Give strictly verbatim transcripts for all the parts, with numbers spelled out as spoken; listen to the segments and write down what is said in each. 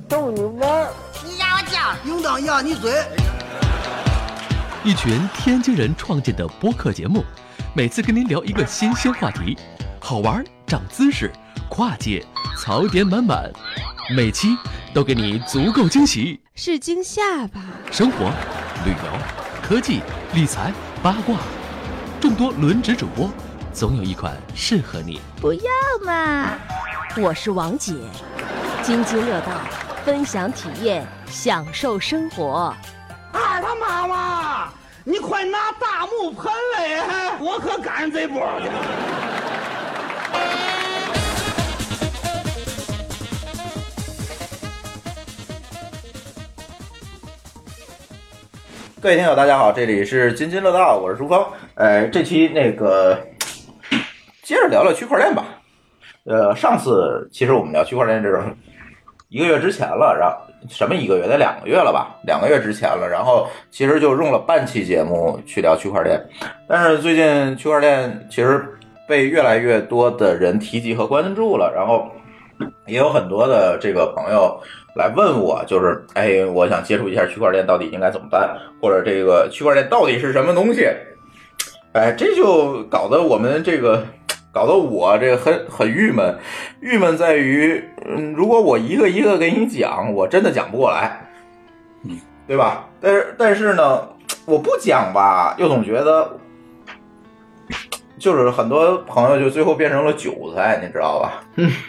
逗你玩。 你压我脚， 应当压你嘴。 一群天津人创建的播客节目，每次跟您聊一个新鲜话题，好玩、长姿势、跨界、槽点满满，每期都给你足够惊喜。 是惊吓吧？ 生活、旅游、科技、理财、八卦，众多轮值主播，总有一款适合你。 不要嘛！我是王姐，津津乐道，分享体验，享受生活。 二他妈妈，你快拿大木盆来，我可赶上这波去。 各位听友大家好，这里是津津乐道，我是朱峰。呃，这期那个接着聊聊区块链吧。呃，上次其实我们聊区块链这种一个月之前了，然后什么一个月得两个月了吧，两个月之前了，然后其实就用了半期节目去聊区块链。但是最近区块链其实被越来越多的人提及和关注了，然后也有很多的这个朋友来问我，就是哎，我想接触一下区块链到底应该怎么办，或者这个区块链到底是什么东西？哎，这就搞得我们这个，搞得我这个很很郁闷。郁闷在于，嗯，如果我一个一个给你讲，我真的讲不过来，对吧？但是但是呢，我不讲吧，又总觉得。就是很多朋友就最后变成了韭菜，你知道吧？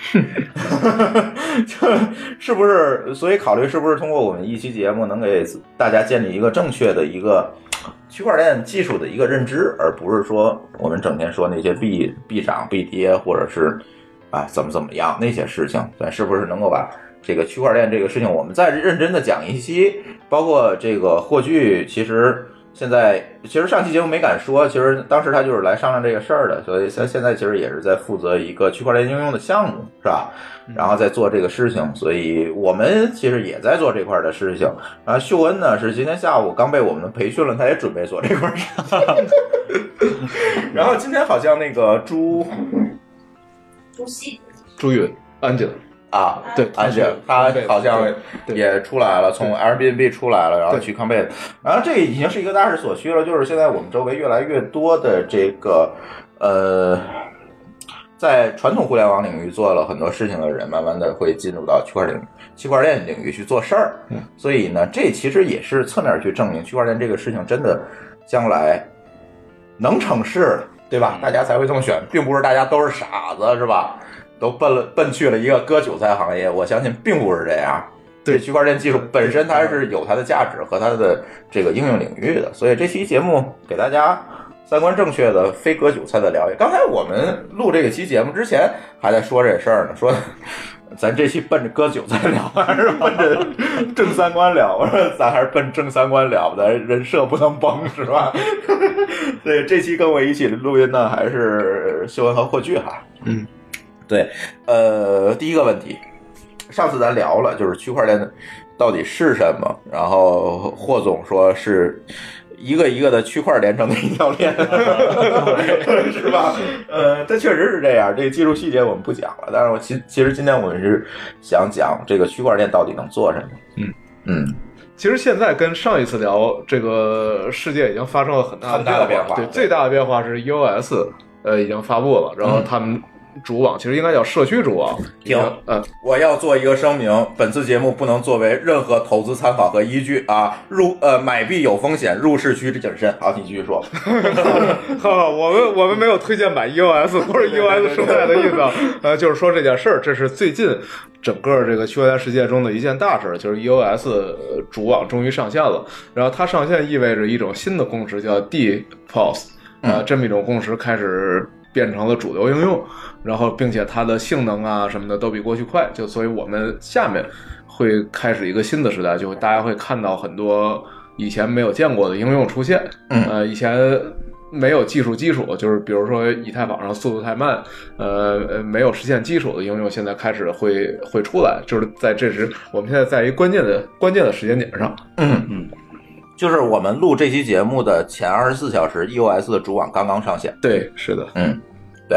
就是不是？所以考虑是不是通过我们一期节目能给大家建立一个正确的一个区块链技术的一个认知，而不是说我们整天说那些必必涨必跌，或者是啊怎么怎么样那些事情。咱是不是能够把这个区块链这个事情我们再认真的讲一期？包括这个霍炬，其实。现在其实上期节目没敢说，其实当时他就是来商量这个事儿的，所以他现在其实也是在负责一个区块链应用的项目，是吧？然后在做这个事情，所以我们其实也在做这块的事情。然后秀恩呢是今天下午刚被我们培训了，他也准备做这块事。然后今天好像那个朱朱熹、 朱允、安静。 啊， 对， 安姐，他好像也出来了，从 Airbnb 出来了，然后去康贝，然后这已经是一个大势所趋了。就是现在我们周围越来越多的这个呃，在传统互联网领域做了很多事情的人，慢慢的会进入到区块链区块链领域去做事儿。所以呢，这其实也是侧面去证明区块链这个事情真的将来能成事，对吧？大家才会这么选，并不是大家都是傻子，是吧？都奔了奔去了一个割韭菜行业，我相信并不是这样。对，区块链技术本身它是有它的价值和它的这个应用领域的，所以这期节目给大家三观正确的非割韭菜的聊。刚才我们录这个期节目之前还在说这事儿呢，说咱这期奔着割韭菜聊还是奔着正三观聊？我说咱还是奔正三观聊，咱人设不能崩，是吧？所以这期跟我一起录音呢，还是秀恩和霍炬哈。嗯。对，呃，第一个问题，上次咱聊了，就是区块链到底是什么？然后霍总说是一个一个的区块连成的一条链，是吧？呃，这确实是这样。这个技术细节我们不讲了，但是我其其实今天我们是想讲这个区块链到底能做什么。 嗯嗯。 其实现在跟上一次聊，这个世界已经发生了很大的很大的变化。 对，最大的变化是 U S 呃已经发布了，然后他们。主网其实应该叫社区主网。 停，嗯，我要做一个声明，本次节目不能作为任何投资参考和依据啊。入呃买币有风险，入市需谨慎。好，你继续说。 好，我们我们没有推荐买 U S 或者 U S 生态的意思，呃，就是说这件事儿，这是最近整个这个区块链世界中的一件大事，就是 U S 主网终于上线了。然后它上线意味着一种新的共识，叫 D P O S， 呃，这么一种共识开始。变成了主流应用，然后并且它的性能啊什么的都比过去快，就所以我们下面会开始一个新的时代，就大家会看到很多以前没有见过的应用出现。 嗯， 呃，以前没有技术基础，就是比如说以太坊上速度太慢，呃，没有实现基础的应用，现在开始会会出来，就是在这时我们现在在一关键的关键的时间点上。 嗯嗯。就是我们录这期节目的前二十四小时 ，E O S 的主网刚刚上线。 对，是的， 嗯，对，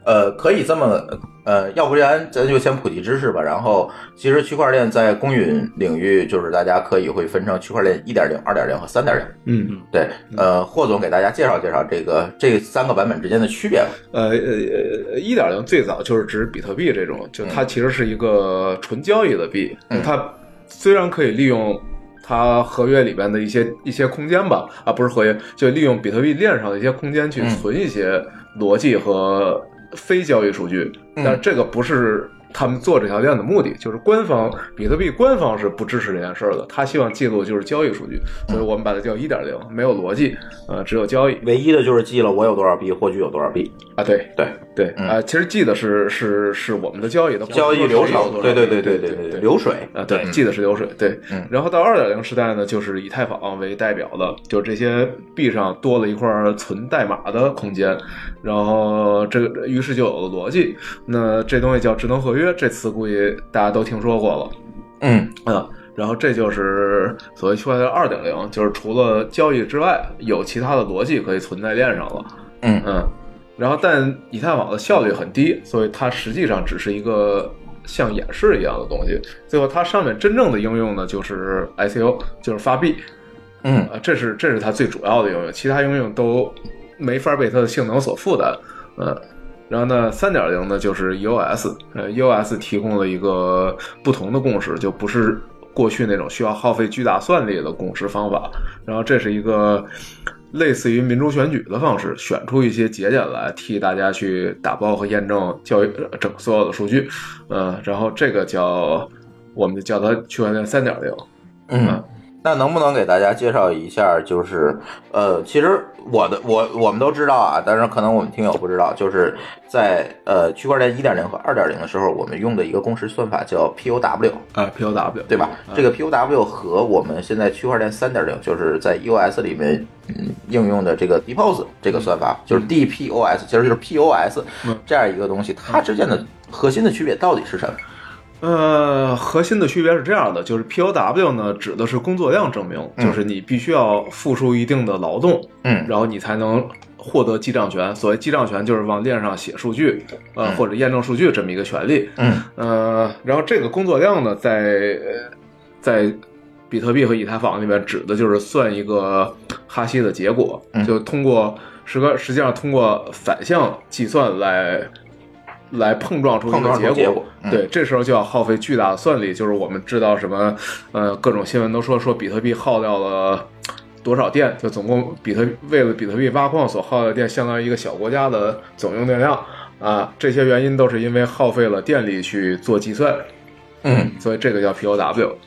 呃，可以这么呃，要不然咱就先普及知识吧。然后，其实区块链在公允领域，就是大家可以会分成区块链一点零、二点零和三点零。 嗯嗯， 对。呃，霍总给大家介绍介绍这个这三个版本之间的区别吧。 呃呃，一点零最早就是指比特币这种，就它其实是一个纯交易的币， 嗯、 它虽然可以利用它合约里边的一些一些空间吧，啊，不是合约，就利用比特币链上的一些空间去存一些逻辑和非交易数据，但是这个不是他们做这条链的目的，就是官方比特币官方是不支持这件事的，他希望记录就是交易数据，所以我们把它叫 一点零， 没有逻辑，呃，只有交易， 唯一的就是记了我有多少币，霍炬有多少币啊，对对对啊、嗯呃，其实记的是是是我们的交易的交易流程，对对对对对对对，流水啊，对，记的是流水，对，嗯，然后到二点零时代呢，就是以太坊为代表的，就是这些币上多了一块存代码的空间，然后这个于是就有了逻辑，那这东西叫智能合约，这词估计大家都听说过了， 嗯啊。然后这就是所谓区块链 二点零， 就是除了交易之外，有其他的逻辑可以存在链上了。 嗯嗯，然后但以太坊的效率很低，所以它实际上只是一个像演示一样的东西。最后它上面真正的应用呢，就是 I C O， 就是发币。 嗯啊，这是这是它最主要的应用，其他应用都没法被它的性能所负担。嗯。然后呢 ，三点零 呢就是 E O S， 呃 ，E O S 提供了一个不同的共识，就不是过去那种需要耗费巨大算力的共识方法。然后这是一个类似于民主选举的方式，选出一些节点来替大家去打包和验证交易整所有的数据。呃，然后这个叫我们就叫它区块链 三点零。 嗯。嗯那能不能给大家介绍一下，就是呃，其实我的我我们都知道啊，但是可能我们听友不知道，就是在呃区块链 一点零 和 二点零 的时候，我们用的一个共识算法叫 P O W 啊 ，P O W 对吧？ 啊、 这个 P O W 和我们现在区块链 三点零 就是在 E O S 里面嗯应用的这个 D P O S 这个算法，就是 D P O S， 其实就是 P O S 这样一个东西，它之间的核心的区别到底是什么？ 呃，核心的区别是这样的，就是 P O W 呢指的是工作量证明， 嗯、 就是你必须要付出一定的劳动， 嗯， 然后你才能获得记账权。所谓记账权就是往链上写数据，呃， 嗯、 或者验证数据这么一个权利， 嗯， 呃，然后这个工作量呢，在在比特币和以太坊里面指的就是算一个哈希的结果， 嗯、 就通过实个实际上通过反向计算来。来碰撞出一个结果， 结果嗯、 对，这时候就要耗费巨大的算力。就是我们知道什么，呃，各种新闻都说说比特币耗掉了多少电，就总共比特为了比特币挖矿所耗的电，相当于一个小国家的总用电量啊。这些原因都是因为耗费了电力去做计算， 嗯， 所以这个叫 P O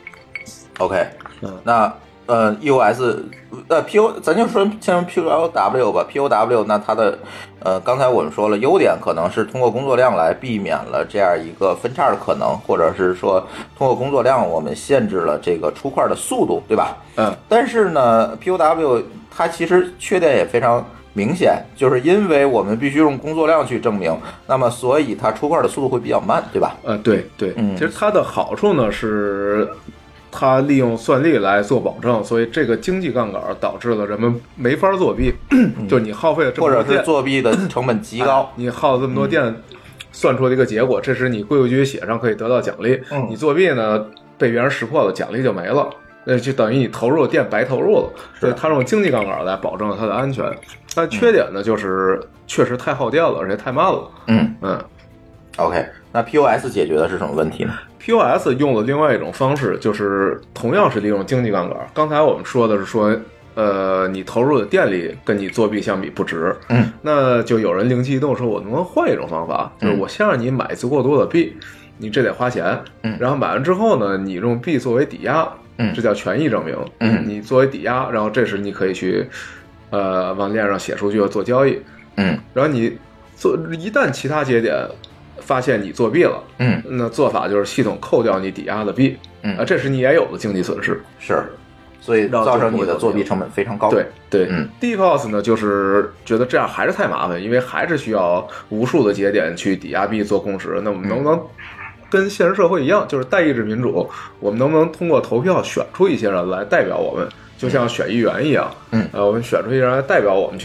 W。OK， 嗯，那。呃 ，E O S， 呃 ，P O， 咱就说先 P O W 吧。P O W， 那它的，呃，刚才我们说了，优点可能是通过工作量来避免了这样一个分叉的可能，或者是说通过工作量我们限制了这个出块的速度，对吧？ 嗯。 但是呢 ，P O W 它其实缺点也非常明显，就是因为我们必须用工作量去证明，那么所以它出块的速度会比较慢，对吧？ 呃，对对， 嗯， 其实它的好处呢是。它利用算力来做保证，所以这个经济杠杆导致了人们没法作弊，嗯、就是你耗费了这么多电， 或者是作弊的成本极高， 你耗了这么多电，嗯、算出了一个结果，这是你规规矩矩写上可以得到奖励。 嗯、 你作弊呢，被别人识破了，奖励就没了，那就等于你投入的电白投入了。所以它用经济杠杆来保证了它的安全。但缺点呢，就是确实太耗电了，而且太慢了。 嗯嗯。 OK， 那 P O S 解决的是什么问题呢 ？P O S 用了另外一种方式，就是同样是利用经济杠杆。刚才我们说的是说，呃，你投入的电力跟你作弊相比不值。 嗯， 那就有人灵机一动说，我能不能换一种方法？就是我先让你买足够多的币，你这得花钱。 嗯， 然后买完之后呢，你用币作为抵押。 嗯， 这叫权益证明。 嗯， 你作为抵押，然后这时你可以去，呃，往链上写数据和做交易。 嗯， 然后你做一旦其他节点。发现你作弊了， 嗯， 那做法就是系统扣掉你抵押的币， 嗯啊，这是你也有的经济损失， 是，所以造成你的作弊成本非常高。 对对， 嗯 ，D P O S 呢，就是觉得这样还是太麻烦，因为还是需要无数的节点去抵押币做共识。那我们能不能跟现实社会一样，就是代议制民主？我们能不能通过投票选出一些人来代表我们，就像选议员一样？ 嗯， 呃，我们选出一些人来代表我们去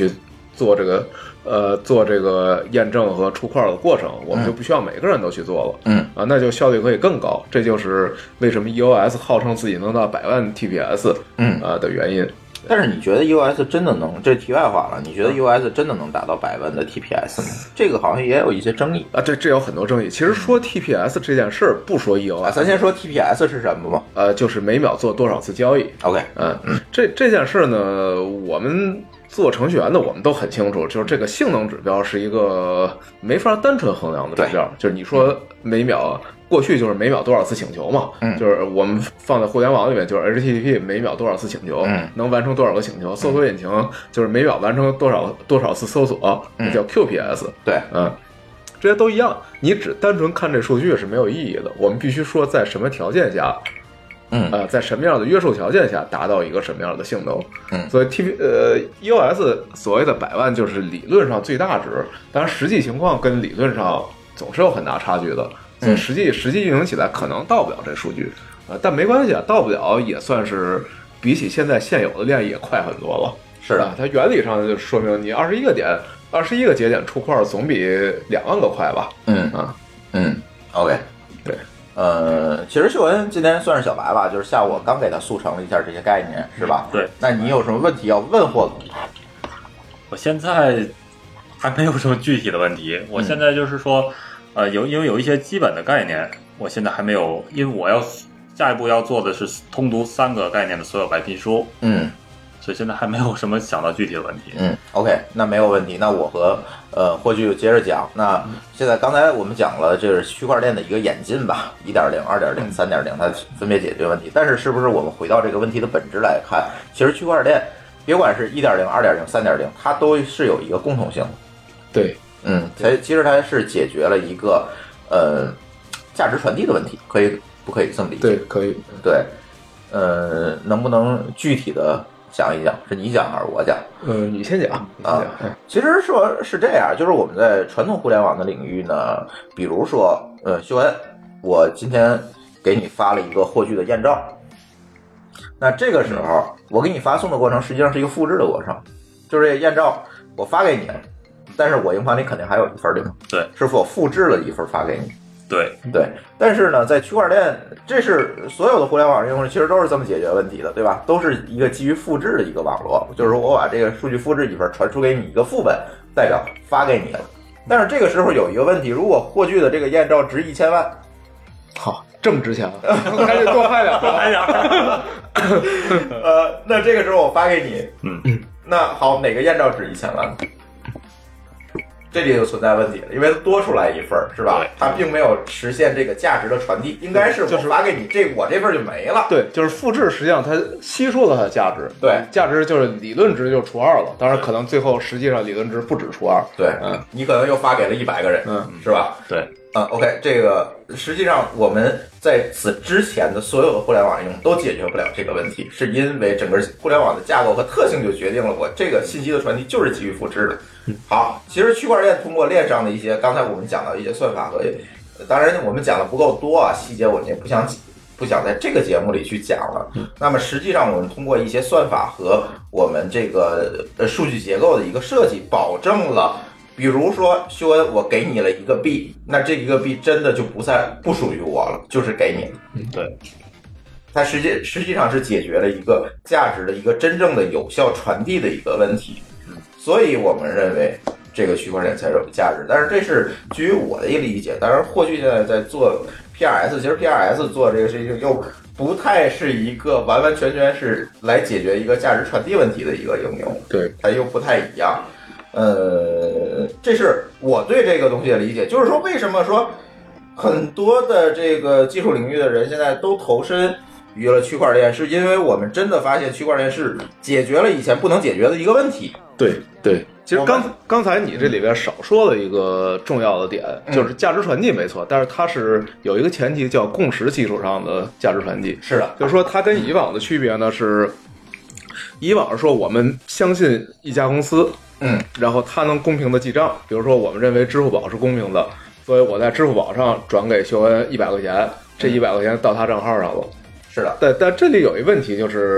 做这个呃做这个验证和出块的过程，我们就不需要每个人都去做了。 嗯啊，那就效率可以更高。这就是为什么 E O S 号称自己能到百万 T P S 嗯啊的原因。 但是你觉得 E O S 真的能？这题外话了，你觉得 E O S 真的能达到百万的 T P S 吗？这个好像也有一些争议啊。这这有很多争议。其实说 T P S 这件事儿，不说 E O S，、 啊、咱先说 T P S 是什么吧。 呃，就是每秒做多少次交易。 OK， 嗯嗯，这这件事呢，我们做程序员的我们都很清楚，就是这个性能指标是一个没法单纯衡量的指标。就是你说每秒。过去就是每秒多少次请求嘛， 嗯， 就是我们放在互联网里面，就是 H T T P 每秒多少次请求， 嗯， 能完成多少个请求。搜索引擎就是每秒完成多少多少次搜索， 嗯， 叫 Q P S。 对， 嗯，这些都一样。你只单纯看这数据是没有意义的。我们必须说在什么条件下， 嗯， 呃，在什么样的约束条件下达到一个什么样的性能。 嗯， 所以 T P 呃 E O S 所谓的百万就是理论上最大值，当然实际情况跟理论上总是有很大差距的。所以实际实际运行起来可能到不了这数据，呃，但没关系啊，到不了也算是比起现在现有的链也快很多了。 是啊，它原理上就说明你二十一个点、二十一个节点出块总比两万个快吧？ 嗯啊， 嗯 ，OK， 对， 呃，其实秀恩今天算是小白吧，就是下午我刚给他速成了一下这些概念，是吧？ 对。 那你有什么问题要问霍总？ 我现在还没有什么具体的问题，我现在就是说。嗯呃，有因为有一些基本的概念，我现在还没有，因为我要下一步要做的是通读三个概念的所有白皮书， 嗯， 所以现在还没有什么想到具体的问题。 嗯 ，OK， 那没有问题。那我和呃霍炬接着讲。那现在刚才我们讲了，这是区块链的一个演进吧，一点零、二点零、三点零，它分别解决问题。但是是不是我们回到这个问题的本质来看，其实区块链别管是一点零、二点零、三点零，它都是有一个共同性的。 对。 嗯，它其实它是解决了一个呃价值传递的问题，可以不可以这么理解？ 对，可以。 对，呃，能不能具体的讲一讲？是你讲还是我讲？ 呃，你先讲。你先讲啊。其实说是这样，就是我们在传统互联网的领域呢，比如说，呃，秀恩，我今天给你发了一个霍炬的艳照，那这个时候我给你发送的过程实际上是一个复制的过程，就是这个艳照我发给你了。但是我硬盘里肯定还有一份，对吗？ 对， 是否复制了一份发给你？ 对对。但是呢，在区块链，这是所有的互联网应用其实都是这么解决问题的，对吧？都是一个基于复制的一个网络，就是说我把这个数据复制一份，传输给你一个副本，代表发给你了。但是这个时候有一个问题，如果霍炬的这个艳照值一千万， 好，这么值钱，赶紧多拍两个， 拍两个。 呃，那这个时候我发给你， 嗯， 那好，哪个艳照值一千万？这里就存在问题了，因为多出来一份是吧？它并没有实现这个价值的传递，应该是我发给你这我这份就没了。 对，就是复制，实际上它吸收了它的价值。 对， 价值就是理论值就除二了，当然可能最后实际上理论值不止除二。 对，嗯，你可能又发给了一百个人， 嗯， 是吧？ 对， 嗯 ，OK， 这个实际上我们在此之前的所有的互联网应用都解决不了这个问题，是因为整个互联网的架构和特性就决定了我这个信息的传递就是基于复制的。好，其实区块链通过链上的一些，刚才我们讲到一些算法和，当然我们讲的不够多啊，细节我们也不想不想在这个节目里去讲了。那么实际上我们通过一些算法和我们这个呃数据结构的一个设计，保证了，比如说秀恩，我给你了一个币，那这一个币真的就不再不属于我了，就是给你了。 嗯，对。 它实际实际上是解决了一个价值的一个真正的有效传递的一个问题。所以我们认为这个区块链才是有价值，但是这是基于我的一个理解。当然，霍炬现在在做 P R S， 其实 P R S 做这个事情又不太是一个完完全全是来解决一个价值传递问题的一个应用， 对， 它又不太一样。呃，这是我对这个东西的理解，就是说为什么说很多的这个技术领域的人现在都投身于了区块链，是因为我们真的发现区块链是解决了以前不能解决的一个问题。 对对，其实刚刚才你这里边少说了一个重要的点， 嗯、 就是价值传递没错，但是它是有一个前提叫共识基础上的价值传递。 是的， 就是说它跟以往的区别呢是，以往说我们相信一家公司， 嗯， 然后它能公平的记账，比如说我们认为支付宝是公平的，所以我在支付宝上转给秀恩一百块钱，这一百块钱到他账号上了。 是的， 但但这里有一问题就是。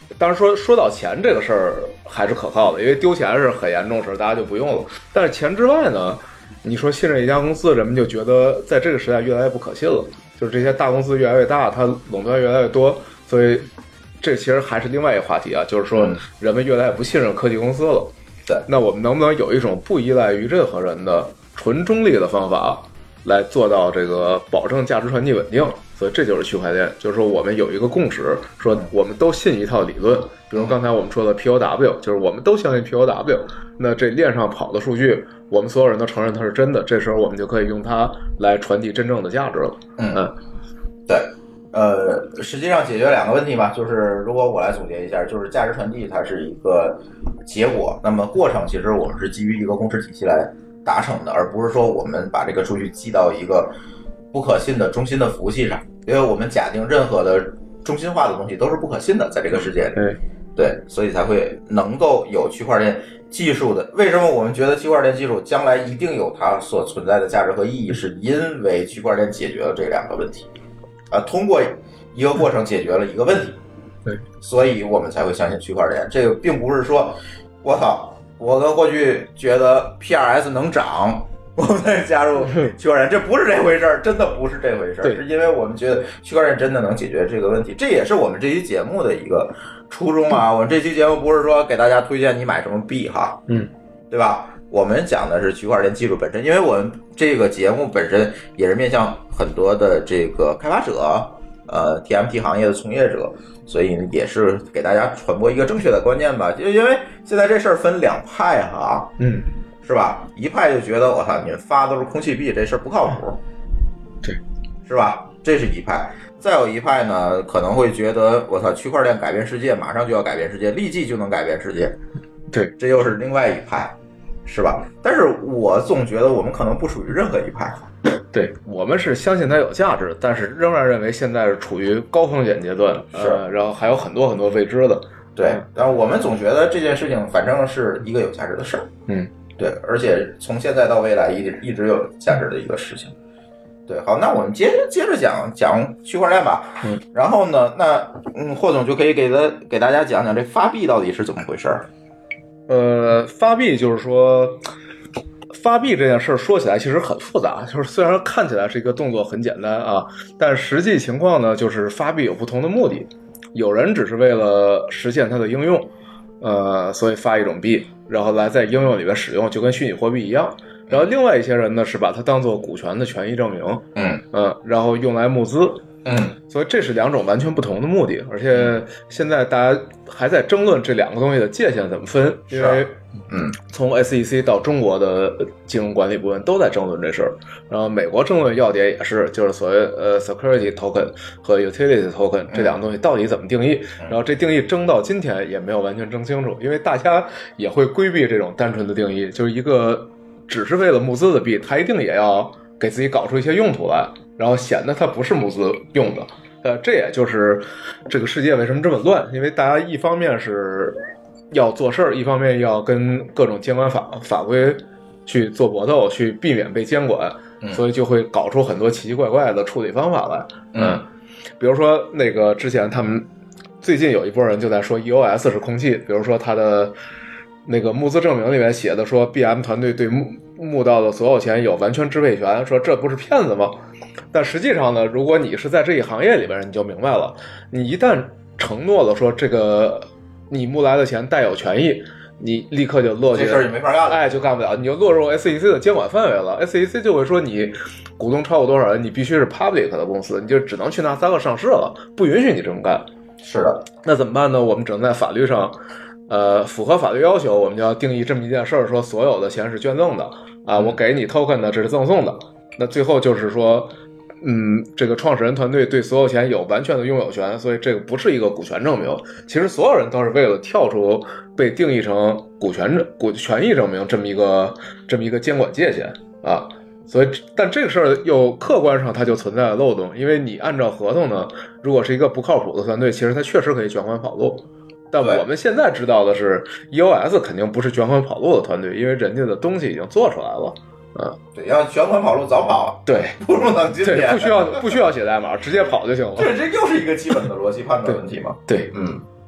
当然说说到钱这个事儿还是可靠的，因为丢钱是很严重的事，大家就不用了。但是钱之外呢，你说信任一家公司，人们就觉得在这个时代越来越不可信了，就是这些大公司越来越大，它垄断越来越多，所以这其实还是另外一个话题啊，就是说人们越来越不信任科技公司了。 对， 那我们能不能有一种不依赖于任何人的纯中立的方法，来做到这个保证价值传递稳定？所以这就是区块链，就是说我们有一个共识，说我们都信一套理论，比如刚才我们说的 P O W， 就是我们都相信 P O W， 那这链上跑的数据，我们所有人都承认它是真的，这时候我们就可以用它来传递真正的价值了。 嗯，嗯对。呃，实际上解决两个问题吧，就是如果我来总结一下，就是价值传递它是一个结果，那么过程其实我们是基于一个公式体系来达成的，而不是说我们把这个数据寄到一个不可信的中心的服务器上，因为我们假定任何的中心化的东西都是不可信的，在这个世界里， 对对，所以才会能够有区块链技术的。为什么我们觉得区块链技术将来一定有它所存在的价值和意义，是因为区块链解决了这两个问题。啊，通过一个过程解决了一个问题， 对， 所以我们才会相信区块链。这个并不是说，我操，我跟过去觉得 P R S 能涨，我们再加入区块链，这不是这回事儿，真的不是这回事儿，是因为我们觉得区块链真的能解决这个问题。这也是我们这期节目的一个初衷啊。我们这期节目不是说给大家推荐你买什么币哈， 嗯， 对吧？我们讲的是区块链技术本身，因为我们这个节目本身也是面向很多的这个开发者，呃 T M T 行业的从业者，所以也是给大家传播一个正确的观念吧。因为现在这事儿分两派哈， 嗯， 是吧？一派就觉得我操，你们发都是空气币，这事儿不靠谱， 对， 是吧？这是一派。再有一派呢，可能会觉得我操，区块链改变世界，马上就要改变世界，立即就能改变世界， 对， 这又是另外一派。是吧？但是我总觉得我们可能不属于任何一派。 对，我们是相信它有价值，但是仍然认为现在是处于高风险阶段， 是， 呃，然后还有很多很多未知的。 对，但是我们总觉得这件事情反正是一个有价值的事儿。 嗯， 对，而且从现在到未来一直一直有价值的一个事情。对，好，那我们接着接着讲讲区块链吧。 嗯， 然后呢，那嗯，霍总就可以给他给大家讲讲这发币到底是怎么回事儿。 呃，发币就是说，发币这件事说起来其实很复杂，就是虽然看起来是一个动作很简单啊，但实际情况呢，就是发币有不同的目的。有人只是为了实现它的应用，呃，所以发一种币，然后来在应用里面使用，就跟虚拟货币一样。然后另外一些人呢，是把它当做股权的权益证明， 嗯嗯、呃，然后用来募资。 嗯， 所以这是两种完全不同的目的，而且现在大家还在争论这两个东西的界限怎么分，因为嗯， 从 S E C 到中国的金融管理部门都在争论这事儿，然后美国争论要点也是，就是所谓呃 security token 和 utility token 这两个东西到底怎么定义，然后这定义争到今天也没有完全争清楚，因为大家也会规避这种单纯的定义，就是一个只是为了募资的币，它一定也要给自己搞出一些用途来。然后显得它不是募资用的，呃，这也就是这个世界为什么这么乱，因为大家一方面是要做事儿，一方面要跟各种监管法法规去做搏斗，去避免被监管，所以就会搞出很多奇奇怪怪的处理方法来。嗯，比如说那个之前他们最近有一波人就在说 E O S 是空气，比如说他的那个募资证明里面写的说 B M 团队对募募到的所有钱有完全支配权，说这不是骗子吗？但实际上呢，如果你是在这一行业里边，你就明白了，你一旦承诺了说这个你募来的钱带有权益，你立刻就落进这事儿就没法干了， 哎，就干不了，你就落入 S E C 的监管范围了。S E C 就会说你股东超过多少人，你必须是 public 的公司，你就只能去纳斯达克上市了，不允许你这么干。 是的， 那怎么办呢？我们只能在法律上，呃，符合法律要求，我们就要定义这么一件事儿，说所有的钱是捐赠的啊，我给你 token 的，这是赠送的。那最后就是说。嗯，这个创始人团队对所有钱有完全的拥有权，所以这个不是一个股权证明。其实所有人都是为了跳出被定义成股权股权益证明这么一个这么一个监管界限啊。所以，但这个事儿又客观上它就存在了漏洞，因为你按照合同呢，如果是一个不靠谱的团队，其实它确实可以卷款跑路。但我们现在知道的是 ，E O S 肯定不是卷款跑路的团队，因为人家的东西已经做出来了。嗯， 对，要卷款跑路早跑， 对， 不如等今天， 不需要不需要写代码，直接跑就行了。 对，这又是一个基本的逻辑判断问题嘛。 对， 嗯，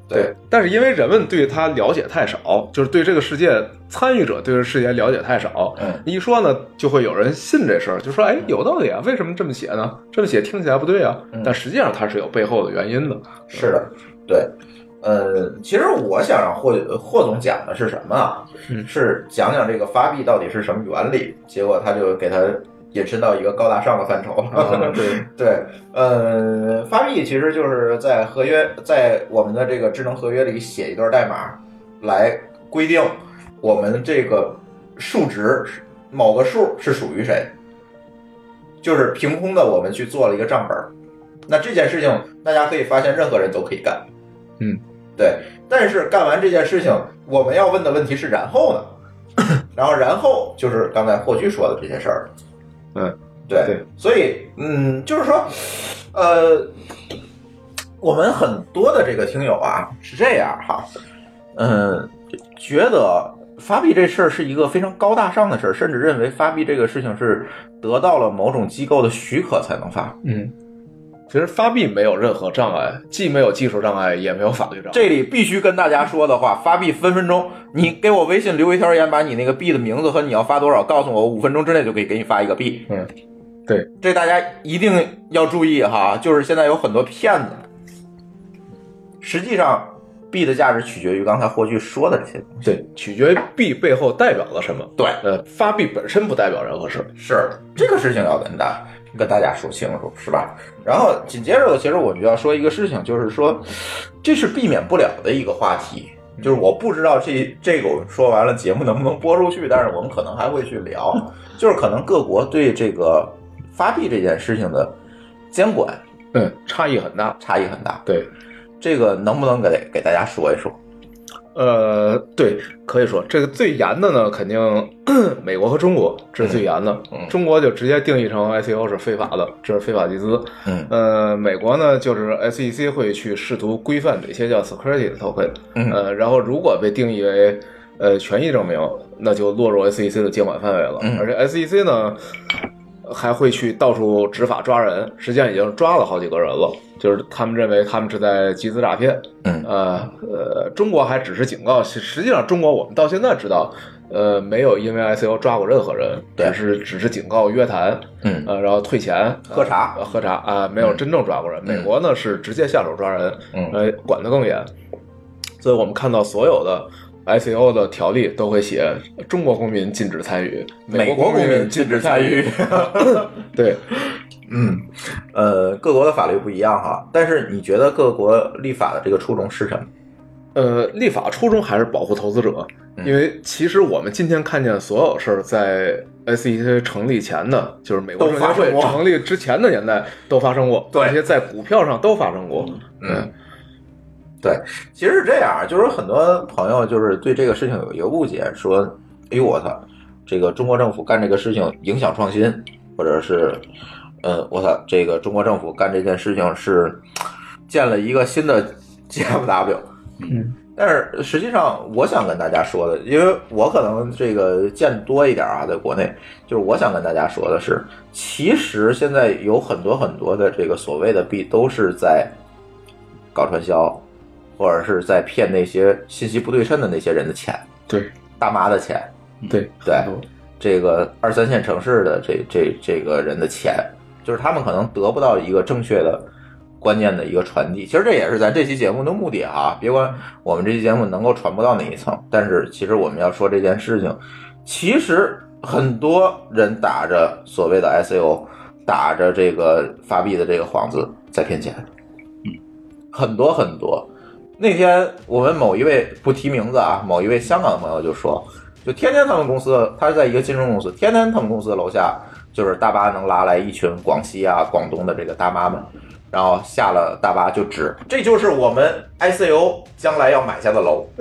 对， 但是因为人们对它了解太少，就是对这个世界参与者对这个世界了解太少， 嗯， 一说呢，就会有人信这事儿，就说哎，有道理啊，为什么这么写呢？这么写听起来不对啊， 嗯、 但实际上它是有背后的原因的。 是的，对。呃，其实我想让霍霍总讲的是什么啊？ 嗯、 是讲讲这个发币到底是什么原理。结果他就给他引申到一个高大上的范畴。 啊、对对，呃，发币其实就是在合约，在我们的这个智能合约里写一段代码，来规定我们这个数值某个数是属于谁，就是凭空的我们去做了一个账本。那这件事情大家可以发现，任何人都可以干。 嗯。 对，但是干完这件事情，我们要问的问题是然后呢？然后然后就是刚才霍炬说的这些事儿。 嗯， 对对， 所以嗯，就是说，呃，我们很多的这个听友啊是这样哈，嗯，觉得发币这事儿是一个非常高大上的事儿，甚至认为发币这个事情是得到了某种机构的许可才能发。 嗯。其实发币没有任何障碍，既没有技术障碍，也没有法律障碍。 这里必须跟大家说的话，发币分分钟，你给我微信留一条言，把你那个币的名字和你要发多少告诉我，五分钟之内就可以给你发一个币。 嗯，对， 这大家一定要注意哈，就是现在有很多骗子。实际上，币的价值取决于刚才霍炬说的这些东西。 对，取决于币背后代表了什么。 对， 呃，发币本身不代表任何事。 是这个事情要跟大家。跟大家说清楚，是吧？然后紧接着，其实我们就要说一个事情，就是说，这是避免不了的一个话题。就是我不知道这这个我说完了，节目能不能播出去，但是我们可能还会去聊，就是可能各国对这个发币这件事情的监管， 嗯，差异很大， 差异很大。 对， 这个能不能给给大家说一说？ 呃，对，可以说这个最严的呢，肯定美国和中国这是最严的。 嗯嗯、 中国就直接定义成 I C O 是非法的，这是非法集资。 嗯， 呃，美国呢就是 S E C 会去试图规范哪些叫 security 的 token。 嗯， 呃，然后如果被定义为呃权益证明，那就落入 S E C 的监管范围了。 嗯、 而且 S E C 呢还会去到处执法抓人，实际上已经抓了好几个人了。就是他们认为他们是在集资诈骗， 嗯， 呃呃，中国还只是警告，实际上中国我们到现在知道，呃，没有因为 I C O 抓过任何人，只是只是警告、约谈， 嗯， 呃，然后退钱、 喝茶、 呃、喝茶啊、呃，没有真正抓过人。 嗯、 美国呢是直接下手抓人， 嗯， 呃，管得更严，所以我们看到所有的 I C O 的条例都会写中国公民禁止参与， 美国公民禁止参与， 对。 嗯，呃，各国的法律不一样哈，但是你觉得各国立法的这个初衷是什么？ 呃，立法初衷还是保护投资者， 嗯、 因为其实我们今天看见所有事儿，在 S E C 成立前的，就是美国证监会成立之前的年代都发生过， 对， 而且在股票上都发生过。 嗯，对，其实是这样，就是很多朋友就是对这个事情有一个误解，说，哎呦我操，这个中国政府干这个事情影响创新，或者是。呃，我操，这个中国政府干这件事情是建了一个新的 G M W。 嗯， 但是实际上我想跟大家说的，因为我可能这个见多一点啊，在国内，就是我想跟大家说的是，其实现在有很多很多的这个所谓的币都是在搞传销，或者是在骗那些信息不对称的那些人的钱， 对， 大妈的钱， 对对，这个二三线城市的这这这个人的钱。就是他们可能得不到一个正确的观念的一个传递，其实这也是咱这期节目的目的啊。别管我们这期节目能够传播到哪一层，但是其实我们要说这件事情，其实很多人打着所谓的 I C O， 打着这个发币的这个幌子在骗钱，很多很多。那天我们某一位不提名字啊，某一位香港的朋友就说，就天天他们公司，他是在一个金融公司，天天他们公司的楼下就是大巴能拉来一群广西啊、广东的这个大妈们，然后下了大巴就指，这就是我们 I C O 将来要买下的楼。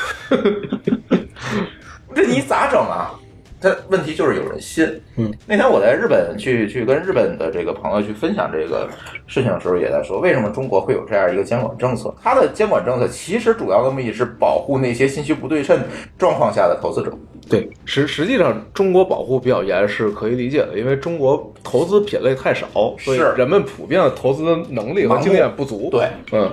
这你咋整啊？他问题就是有人信。 嗯， 那天我在日本去去跟日本的这个朋友去分享这个事情的时候，也在说为什么中国会有这样一个监管政策。它的监管政策其实主要的目的是保护那些信息不对称状况下的投资者。 对，实实际上中国保护比较严是可以理解的，因为中国投资品类太少，所以人们普遍的投资能力和经验不足。 对， 嗯，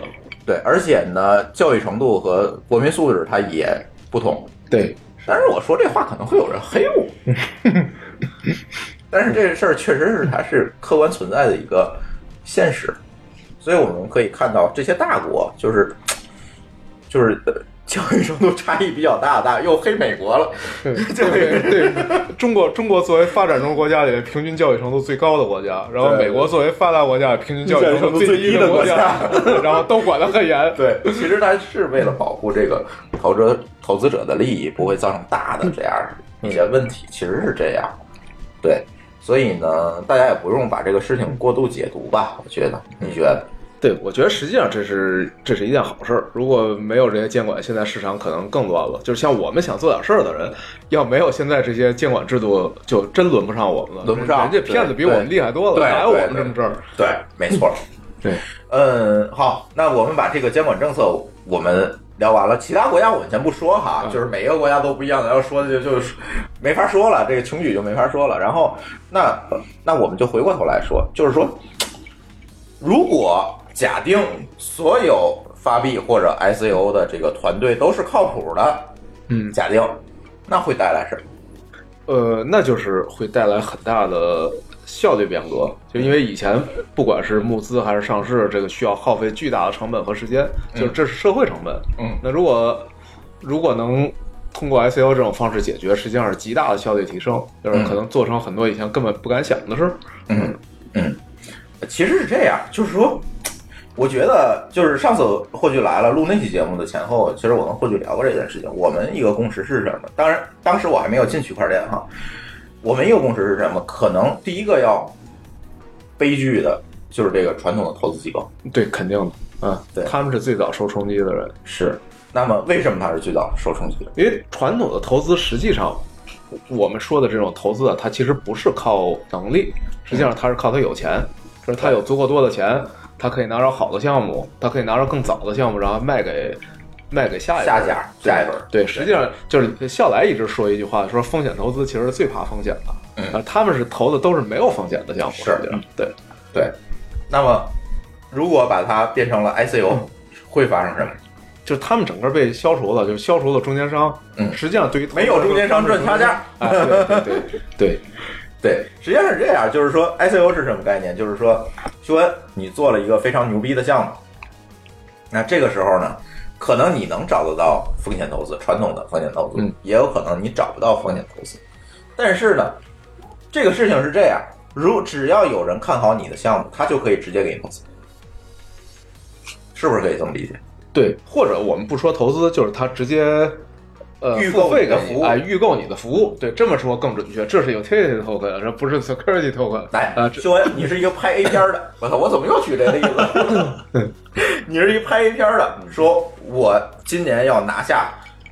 对，而且呢，教育程度和国民素质它也不同。 对， 但是我说这话可能会有人黑我，但是这个事儿确实是它是客观存在的一个现实，所以我们可以看到这些大国就是就是教育程度差异比较大，大又黑美国了。 对对对，中国中国作为发展中国家里平均教育程度最高的国家，然后美国作为发达国家平均教育程度最低的国家，然后都管得很严。 对，其实它是为了保护这个投资投资者的利益，不会造成大的这样一些问题，其实是这样。对，所以呢，大家也不用把这个事情过度解读吧，我觉得，你觉得？ 对，我觉得实际上这是这是一件好事儿。如果没有这些监管，现在市场可能更乱了。就是像我们想做点事儿的人，要没有现在这些监管制度，就真轮不上我们了。 轮不上， 人家骗子比我们厉害多了，哪有我们这么事儿？ 对，没错。 对， 嗯，好，那我们把这个监管政策我们聊完了，其他国家我们先不说哈，就是每个国家都不一样的，要说的就就是没法说了，这个穷举就没法说了。然后，那那我们就回过头来说，就是说，如果假定所有发币或者 I C O 的这个团队都是靠谱的， 嗯， 假定，那会带来什么？ 呃，那就是会带来很大的效率变革，就因为以前不管是募资还是上市，这个需要耗费巨大的成本和时间，就这是社会成本。 嗯， 那如果如果能通过 I C O 这种方式解决，实际上是极大的效率提升，就是可能做成很多以前根本不敢想的事儿。 嗯嗯，其实是这样，就是说。我觉得就是上次霍炬来了录那期节目的前后，其实我跟霍炬聊过这件事情。我们一个共识是什么？当然，当时我还没有进区块链哈。我们一个共识是什么？可能第一个要悲剧的就是这个传统的投资机构。 对，肯定的。嗯，对，他们是最早受冲击的人。 是。那么为什么他是最早受冲击的？ 因为传统的投资实际上，我们说的这种投资啊，它其实不是靠能力，实际上它是靠他有钱，就是他有足够多的钱。他可以拿着好的项目，他可以拿着更早的项目，然后卖给卖给下一下家下一轮。 对，实际上就是笑来一直说一句话，说风险投资其实是最怕风险的。嗯，呃，他们是投的都是没有风险的项目。 是， 对对。那么，如果把它变成了 I C O，、嗯、会发生什么？ 就是他们整个被消除了，就是消除了中间商。 嗯， 实际上对于没有中间商赚差价。 哎，对对对对。 对，实际上是这样，就是说 I C O 是什么概念？就是说，修恩，你做了一个非常牛逼的项目，那这个时候呢，可能你能找得到风险投资，传统的风险投资， 嗯， 也有可能你找不到风险投资。但是呢，这个事情是这样，如只要有人看好你的项目，他就可以直接给你投资，是不是可以这么理解？ 对，或者我们不说投资，就是他直接。呃， 预购费给服务，哎，预购你的服务，对，这么说更准确。这是 utility token， 这不是 security token。 来，啊，修恩，你是一个拍 A 片的，我操，我怎么又举这个例子？你是一个拍 A 片的，说我今年要拿下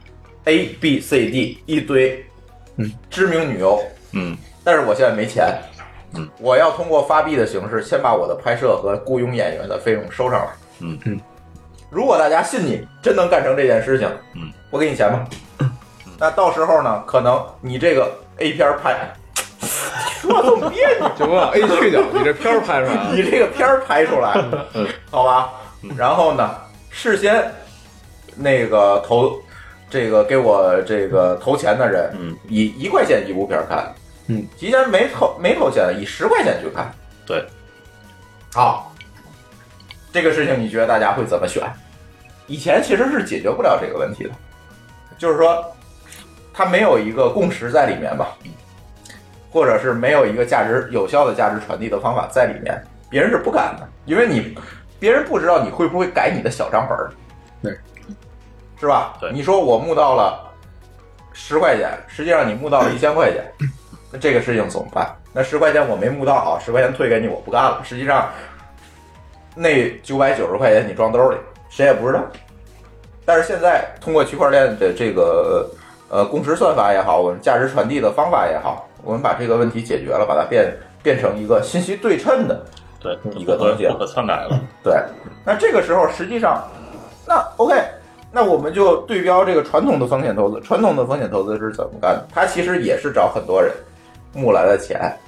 A B C D 一堆知名女优， 嗯， 但是我现在没钱， 嗯， 我要通过发币的形式，先把我的拍摄和雇佣演员的费用收上来， 嗯嗯。 如果大家信你真能干成这件事情， 嗯， 我给你钱吧。那到时候呢，可能你这个 A 片拍，说这么别扭， 就往 A 去掉，你这片拍出来， 你这个片拍出来，好吧？然后呢，事先那个投这个给我这个投钱的人， 嗯， 以一块钱一部片看， 嗯， 提前没投没投钱的以十块钱去看， 对， 好，这个事情你觉得大家会怎么选？以前其实是解决不了这个问题的，就是说。它没有一个共识在里面吧，或者是没有一个价值有效的价值传递的方法在里面，别人是不敢的，因为你别人不知道你会不会改你的小账本， 对， 是吧？ 对， 你说我募到了十块钱，实际上你募到了一千块钱，那这个事情怎么办？那十块钱我没募到好，十块钱退给你，我不干了。实际上那九百九十块钱你装兜里，谁也不知道。但是现在通过区块链的这个。呃，共识算法也好，我们价值传递的方法也好，我们把这个问题解决了，把它变变成一个信息对称的对一个东西， 不可篡改了。 对，那这个时候实际上，那 OK， 那我们就对标这个传统的风险投资。传统的风险投资是怎么干的？它其实也是找很多人募来的钱，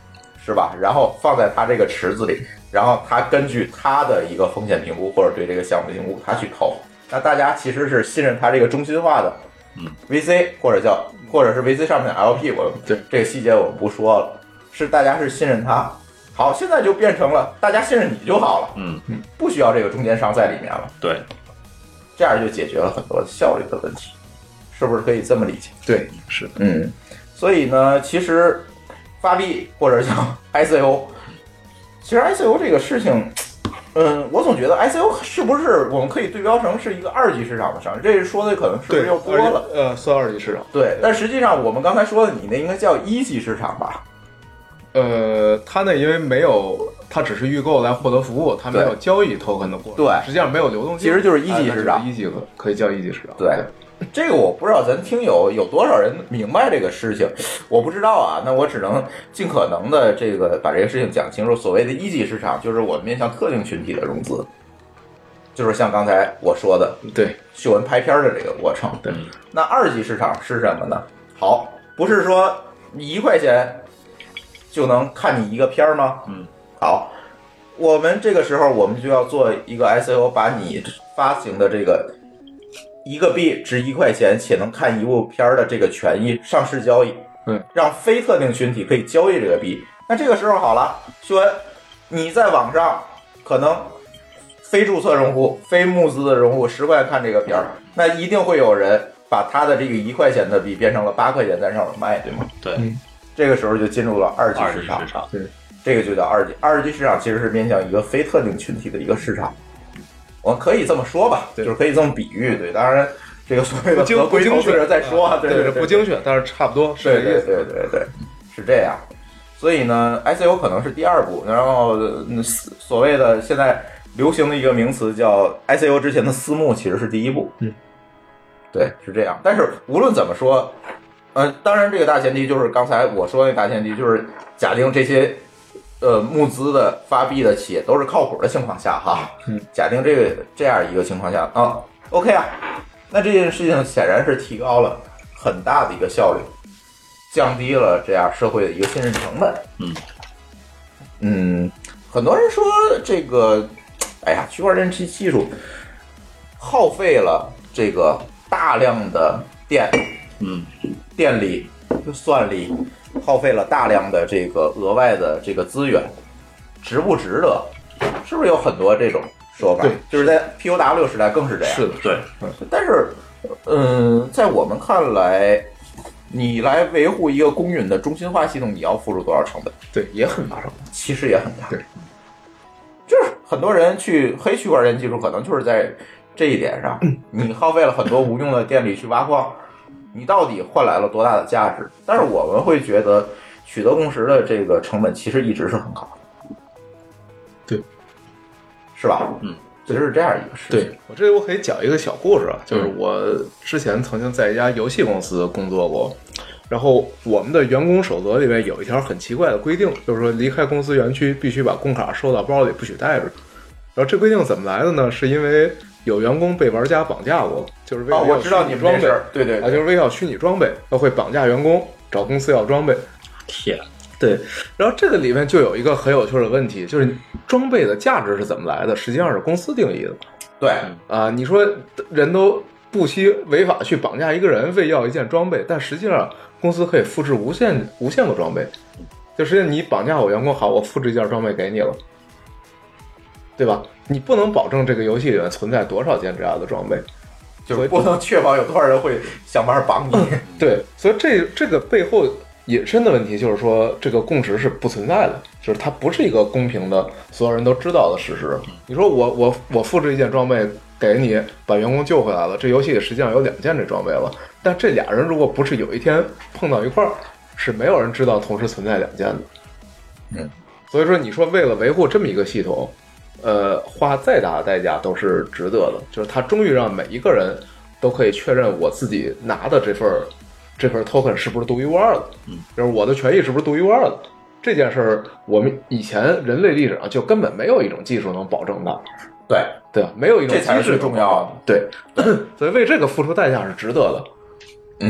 是吧？然后放在他这个池子里，然后他根据他的一个风险评估或者对这个项目的评估，他去投。那大家其实是信任他这个中心化的， 嗯 ，V C 或者叫或者是 V C 上面的 L P， 我对这个细节我们不说了，是大家是信任他。好，现在就变成了大家信任你就好了， 嗯嗯，不需要这个中间商在里面了， 对， 这样就解决了很多效率的问题，是不是可以这么理解？ 对，是的， 嗯，所以呢，其实发币或者叫 I C O， 其实 I C O 这个事情，嗯，我总觉得 I C O 是不是我们可以对标成是一个二级市场的商业？这说的可能是不是又多了？ 呃，算二级市场。 对，但实际上我们刚才说的，你那应该叫一级市场吧？ 呃，它那因为没有，它只是预购来获得服务，它没有交易 token 的过程， 对， 实际上没有流动性， 其实就是一级市场， 一级可以叫一级市场。 对，对这个我不知道咱听友有多少人明白这个事情，我不知道啊，那我只能尽可能的这个把这个事情讲清楚。所谓的一级市场，就是我们面向特定群体的融资，就是像刚才我说的， 对， 秀文拍片的这个过程。 对， 那二级市场是什么呢？好，不是说你一块钱就能看你一个片吗？ 嗯， 好，我们这个时候我们就要做一个 I C O， 把你发行的这个一个币值一块钱且能看一部片的这个权益上市交易， 嗯， 让非特定群体可以交易这个币。那这个时候好了，秀文，你在网上可能非注册用户、非募资的用户十块钱看这个片儿，那一定会有人把他的这个一块钱的币变成了八块钱在上面卖，对吗？ 对。 嗯， 这个时候就进入了二级市场， 二级市场对， 这个就叫二级。二级市场其实是面向一个非特定群体的一个市场，我们可以这么说吧，就是可以这么比喻。对，当然这个所谓的合规投资者再说啊，对对对， 不精确，但是差不多是对对对对对，是这样。所以呢 ，I C O 可能是第二步，然后所谓的现在流行的一个名词叫 I C O 之前的私募，其实是第一步。 嗯， 对，是这样。但是无论怎么说，呃，当然这个大前提就是刚才我说的那大前提，就是假定这些呃募资的发币的企业都是靠谱的情况下哈。 嗯， 假定这个这样一个情况下啊 ，OK 啊，那这件事情显然是提高了很大的一个效率。降低了这样社会的一个信任成本。 嗯嗯，很多人说这个，哎呀，区块链技技术耗费了这个大量的电， 嗯， 电力、算力，耗费了大量的这个额外的这个资源，值不值得？是不是有很多这种说法？ 对， 就是在 P O W 时代更是这样。 是的， 对。 但是，嗯，在我们看来，你来维护一个公允的中心化系统，你要付出多少成本？ 对，也很大成本， 其实也很大。 对， 就是很多人去黑区块链技术，可能就是在这一点上，你耗费了很多无用的电力去挖矿，你到底换来了多大的价值？但是我们会觉得，取得共识的这个成本其实一直是很高的。 对， 是吧？ 嗯。 其实是这样一个事情。 对，我这里我可以讲一个小故事啊，就是我之前曾经在一家游戏公司工作过，然后我们的员工守则里面有一条很奇怪的规定，就是说离开公司园区必须把工卡收到包里，不许带着。然后这规定怎么来的呢？是因为有员工被玩家绑架过，就是为了哦，我知道你们装备， 对对啊，就是为了虚拟装备，他会绑架员工，找公司要装备。 天。 对，然后这个里面就有一个很有趣的问题，就是装备的价值是怎么来的？实际上是公司定义的。 对啊，你说人都不惜违法去绑架一个人，为要一件装备，但实际上公司可以复制无限无限个装备。就实际上你绑架我员工，好，我复制一件装备给你了，对吧？你不能保证这个游戏里面存在多少件这样的装备， 就是不能确保有多少人会想办法绑你。 对，所以这这个背后引申的问题就是说，这个共识是不存在的，就是它不是一个公平的，所有人都知道的事实。你说我我我复制一件装备给你，把员工救回来了，这游戏里实际上有两件这装备了，但这俩人如果不是有一天碰到一块儿，是没有人知道同时存在两件的。 嗯， 所以说你说为了维护这么一个系统，呃，花再大的代价都是值得的，就是它终于让每一个人都可以确认我自己拿的这份这份 token 是不是独一无二的， 嗯， 就是我的权益是不是独一无二的。这件事儿，我们以前人类历史上就根本没有一种技术能保证的， 对对吧？没有一种这才是最重要的。 对，所以为这个付出代价是值得的。 嗯，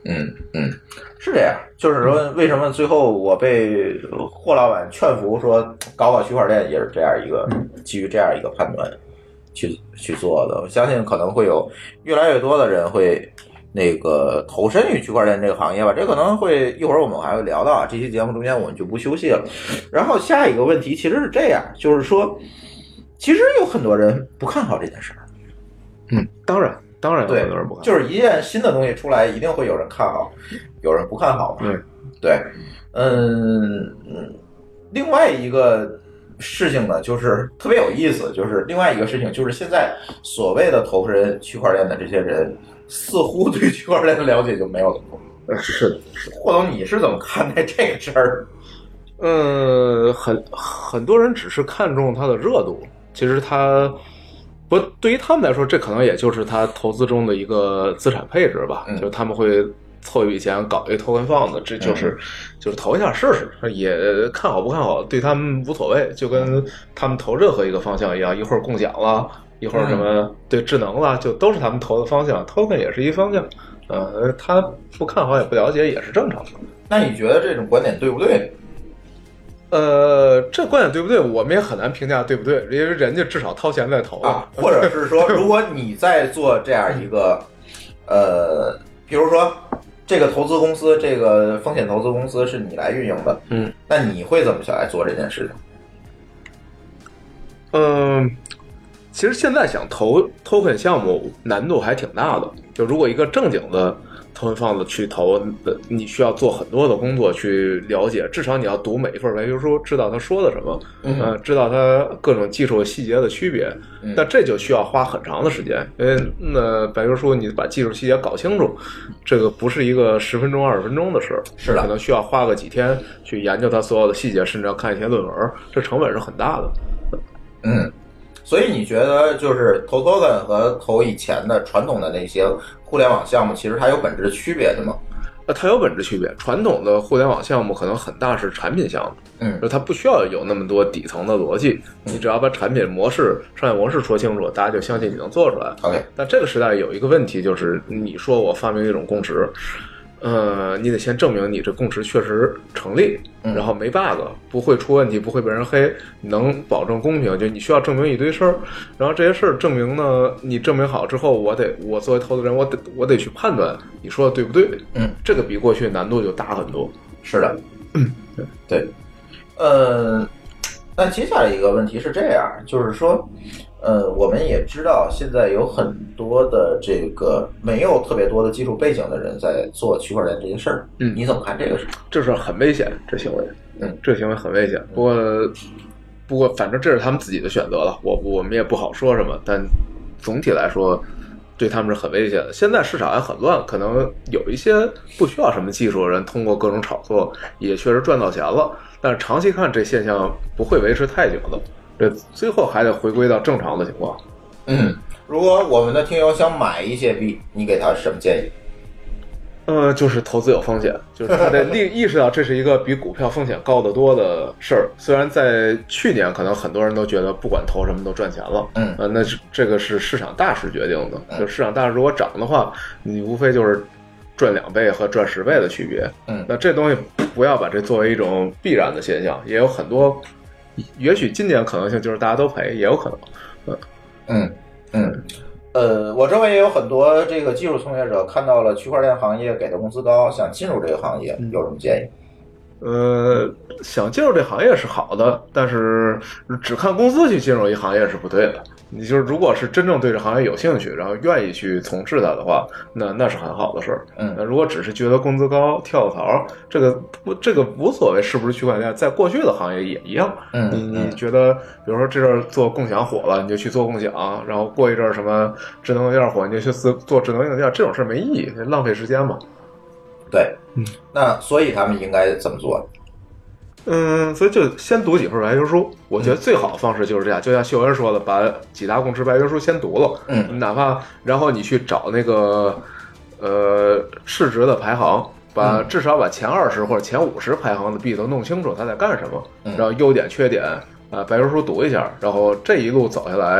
嗯嗯，是这样，就是说为什么最后我被霍老板劝服说搞搞区块链，也是这样一个基于这样一个判断去去做的。我相信可能会有越来越多的人会那个投身于区块链这个行业吧，这可能会一会儿我们还会聊到啊。这期节目中间我们就不休息了。然后下一个问题其实是这样，就是说，其实有很多人不看好这件事儿。 嗯，当然，当然有对很多人不看好， 就是一件新的东西出来，一定会有人看好，有人不看好嘛。 对对，嗯，另外一个事情呢，就是特别有意思，就是另外一个事情，就是现在所谓的投身区块链的这些人，似乎对区块链的了解就没有那么多。 呃是的，是的。 霍总，你是怎么看待这个事儿？ 嗯，很很多人只是看重它的热度，其实它不对于他们来说，这可能也就是他投资中的一个资产配置吧， 嗯、 就他们会凑一笔钱搞一个 token fund，这就是、嗯、就是投一下试试，也看好不看好对他们无所谓，就跟他们投任何一个方向一样，一会儿共享了，一会儿什么对智能了，就都是他们投的方向 ，token 也是一方向，呃，他不看好也不了解也是正常的。 那你觉得这种观点对不对？ 呃，这观点对不对？我们也很难评价对不对，因为人家至少掏钱在投啊。或者是说，如果你在做这样一个，呃，比如说这个投资公司，这个风险投资公司是你来运营的， 嗯， 那你会怎么想来做这件事情？ 嗯，其实现在想投 token 项目难度还挺大的，就如果一个正经的token fund去投，你需要做很多的工作去了解，至少你要读每一份白皮书，知道他说的什么，嗯、呃，知道他各种技术细节的区别。嗯、但这就需要花很长的时间，因为那白皮书你把技术细节搞清楚，这个不是一个十分钟、二十分钟的事儿， 是的， 可能需要花个几天去研究它所有的细节，甚至要看一些论文，这成本是很大的。 嗯。所以你觉得就是投 token 和投以前的传统的那些互联网项目，其实它有本质区别的吗？ 呃，它有本质区别。传统的互联网项目可能很大是产品项目， 嗯， 它不需要有那么多底层的逻辑，你只要把产品模式、商业模式说清楚，大家就相信你能做出来。 OK， 但这个时代有一个问题，就是你说我发明一种共识。呃，你得先证明你这共识确实成立，然后没 bug， 不会出问题，不会被人黑，能保证公平。就你需要证明一堆事儿，然后这些事儿证明呢，你证明好之后，我得我作为投资人，我得我得去判断你说的对不对。 嗯， 这个比过去难度就大很多。 是的，嗯，对，呃，那接下来一个问题是这样，就是说。呃，我们也知道现在有很多的这个没有特别多的技术背景的人在做区块链这些事儿， 嗯， 你怎么看这个事？ 这是很危险，这行为， 嗯， 这行为很危险。不过，不过反正这是他们自己的选择了，我我们也不好说什么。但总体来说，对他们是很危险的。现在市场还很乱，可能有一些不需要什么技术的人，通过各种炒作也确实赚到钱了。但是长期看，这现象不会维持太久的。这最后还得回归到正常的情况。 嗯，如果我们的听友想买一些币，你给他什么建议？ 呃，就是投资有风险，就是他得意意识到这是一个比股票风险高得多的事儿。虽然在去年可能很多人都觉得不管投什么都赚钱了， 嗯， 呃，那是这个是市场大势决定的。嗯、就市场大势如果涨的话，你无非就是赚两倍和赚十倍的区别。 嗯， 那这东西不要把这作为一种必然的现象，也有很多。也许今年可能性就是大家都赔，也有可能。 嗯嗯呃，我周围也有很多这个技术从业者看到了区块链行业给的工资高，想进入这个行业，有什么建议？ 呃，想进入这行业是好的，但是只看工资去进入一行业是不对的。你就是如果是真正对这行业有兴趣，然后愿意去从事它的话，那那是很好的事儿。 嗯， 那如果只是觉得工资高跳槽，这个不这个无所谓是不是区块链，在过去的行业也一样。 嗯， 你你觉得，比如说这阵儿做共享火了，你就去做共享，然后过一阵儿什么智能硬件火，你就去做智能硬件，这种事儿没意义，浪费时间嘛。 对， 嗯， 那所以他们应该怎么做？ 嗯，所以就先读几份白皮书。我觉得最好的方式就是这样，就像秀恩说的，把几大共识白皮书先读了， 嗯， 哪怕然后你去找那个呃市值的排行，把至少把前二十或者前五十排行的币都弄清楚它在干什么，然后优点缺点啊、呃、白皮书读一下，然后这一路走下来，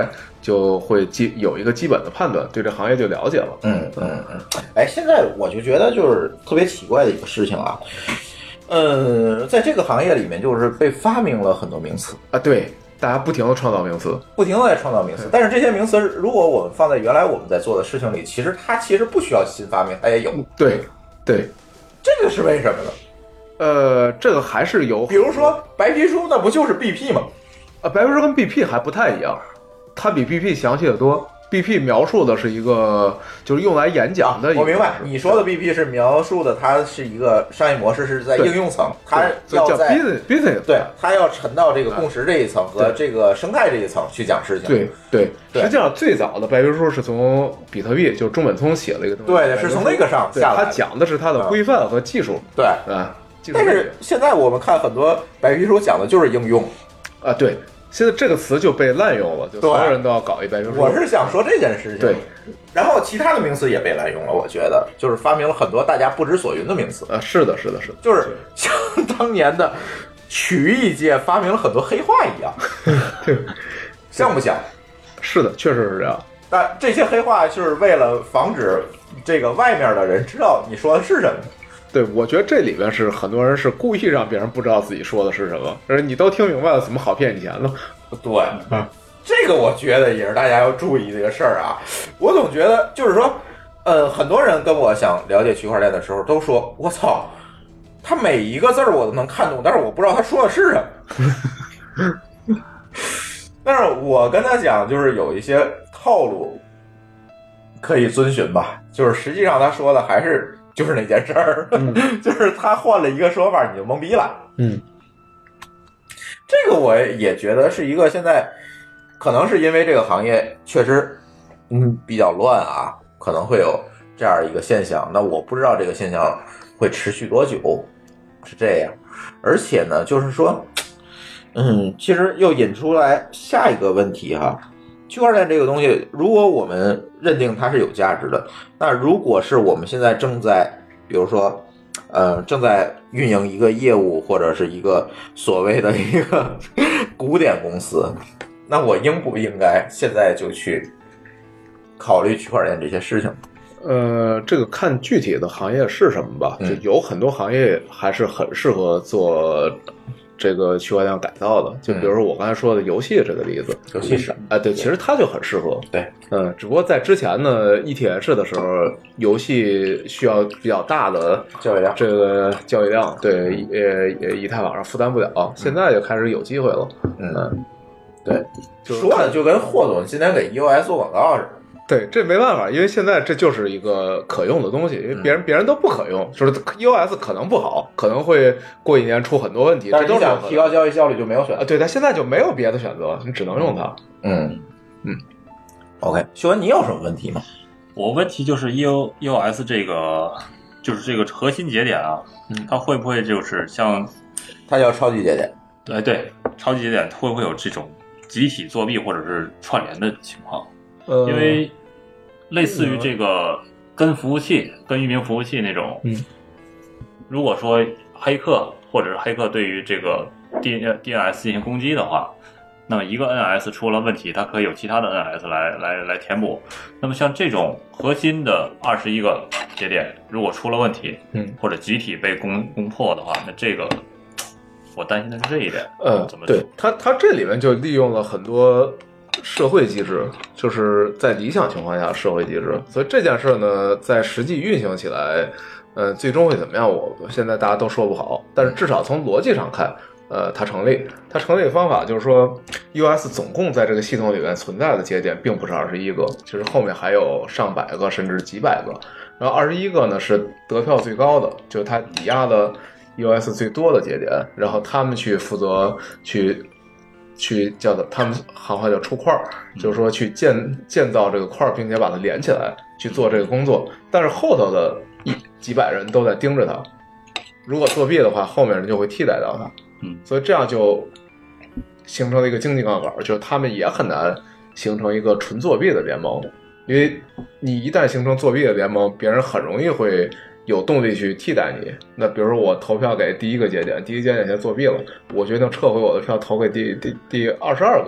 就会基有一个基本的判断，对这行业就了解了。 嗯嗯嗯。哎，现在我就觉得就是特别奇怪的一个事情啊，呃，在这个行业里面，就是被发明了很多名词啊，对，大家不停的创造名词， 不停的在创造名词。但是这些名词，如果我们放在原来我们在做的事情里，其实它其实不需要新发明，它也有。 对对， 这个是为什么呢？ 呃，这个还是有， 比如说白皮书，那不就是 B P 吗？ 啊，白皮书跟 B P 还不太一样，它比 B P 详细的多。B P 描述的是一个就是用来演讲的一个、 啊，我明白你说的 B P 是描述的它是一个商业模式，是在应用层，它要在 business， 对，它要沉到这个共识这一层和这个生态这一层去讲事情。 对对，对实际上最早的白皮书是从比特币，就中本聪写了一个东西， 对，是从那个上下来， 它讲的是它的规范和技术， 对啊。 但是现在我们看很多白皮书讲的就是应用啊，对。现在这个词就被滥用了，就所有人都要搞一白皮书。 我是想说这件事情。 对， 然后其他的名词也被滥用了，我觉得就是发明了很多大家不知所云的名词。 啊，是的，是的，是的， 就是像当年的曲艺界发明了很多黑话一样，像不像？ 是的，确实是这样。 但这些黑话就是为了防止这个外面的人知道你说的是什么。 对，我觉得这里边是很多人是故意让别人不知道自己说的是什么，而你都听明白了，怎么好骗你钱呢？ 对，嗯，这个我觉得也是大家要注意的一个事儿啊。我总觉得就是说，呃，很多人跟我想了解区块链的时候都说，我操，他每一个字儿我都能看懂，但是我不知道他说的是什么。但是我跟他讲，就是有一些套路可以遵循吧，就是实际上他说的还是。就是那件事儿，嗯、就是他换了一个说法，你就懵逼了。 嗯， 这个我也觉得是一个现在可能是因为这个行业确实嗯比较乱啊，可能会有这样一个现象。那我不知道这个现象会持续多久，是这样。而且呢，就是说，嗯，其实又引出来下一个问题哈。区块链这个东西，如果我们认定它是有价值的，那如果是我们现在正在，比如说，呃，正在运营一个业务或者是一个所谓的一个古典公司，那我应不应该现在就去考虑区块链这些事情？ 呃，这个看具体的行业是什么吧。 嗯、 就有很多行业还是很适合做这个区块链改造的，就比如说我刚才说的游戏这个例子， 游戏是啊，对，其实它就很适合， 对， 嗯，只不过在之前呢 E T H 的时候，游戏需要比较大的交易量， 这个交易量，对，呃，以太网上负担不了，现在就开始有机会了， 嗯， 嗯对，说的就跟霍总今天给 E O S 做广告似的。 对，这没办法，因为现在这就是一个可用的东西，因为别人、嗯、别人都不可用，就是 E O S 可能不好，可能会过一年出很多问题。 但是你想提高交易效率就没有选择啊，对，他现在就没有别的选择，你只能用它。 嗯嗯 ，OK， 秀文，你有什么问题吗？ 我问题就是 E O E O S 这个就是这个核心节点啊， 嗯， 它会不会就是像它叫超级节点？ 对对，超级节点会不会有这种集体作弊或者是串联的情况？ 呃， 因为类似于这个跟服务器、跟域名服务器那种， 嗯， 如果说黑客或者是黑客对于这个 D D N S 进行攻击的话，那么一个 N S 出了问题，它可以有其他的 N S 来来来填补。那么像这种核心的二十一个节点，如果出了问题， 嗯， 或者集体被攻攻破的话，那这个我担心的是这一点。 呃， 怎么对它它这里面就利用了很多社会机制，就是在理想情况下社会机制，所以这件事呢，在实际运行起来，呃，最终会怎么样？我现在大家都说不好，但是至少从逻辑上看，呃，它成立。它成立的方法就是说 ，E O S 总共在这个系统里面存在的节点并不是二十一个，其实后面还有上百个甚至几百个。然后二十一个呢是得票最高的，就是它抵押了 E O S 最多的节点，然后他们去负责去。去叫的，他们行话叫出块儿，就是说去建建造这个块儿，并且把它连起来，去做这个工作。但是后头的一几百人都在盯着他，如果作弊的话，后面人就会替代到他。 嗯， 所以这样就形成了一个经济杠杆，就是他们也很难形成一个纯作弊的联盟，因为你一旦形成作弊的联盟，别人很容易会有动力去替代你。那比如说我投票给第一个节点，第一个节点先作弊了，我决定撤回我的票，投给第第第二十二个，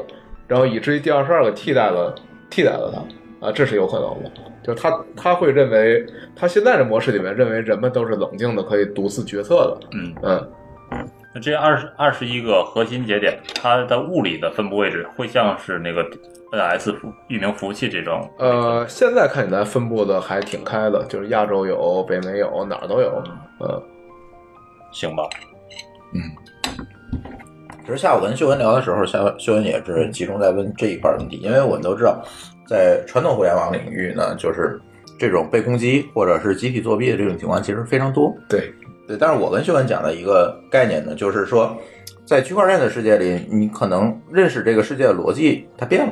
然后以至于第二十二个替代了替代了它啊，这是有可能的。就是他他会认为，他现在的模式里面认为人们都是冷静的，可以独自决策的。 嗯嗯， 那这二十二十一个核心节点，它的物理的分布位置会像是那个 N S 服域名服务器这种？ 呃，现在看起来分布的还挺开的，就是亚洲有，北美有，哪儿都有。嗯， 行吧。 嗯。其实下午跟秀文聊的时候，下秀文也是集中在问这一块问题，因为我们都知道，在传统互联网领域呢，就是这种被攻击或者是集体作弊的这种情况其实非常多。 对对，但是我跟秀文讲的一个概念呢，就是说，在区块链的世界里，你可能认识这个世界的逻辑它变了，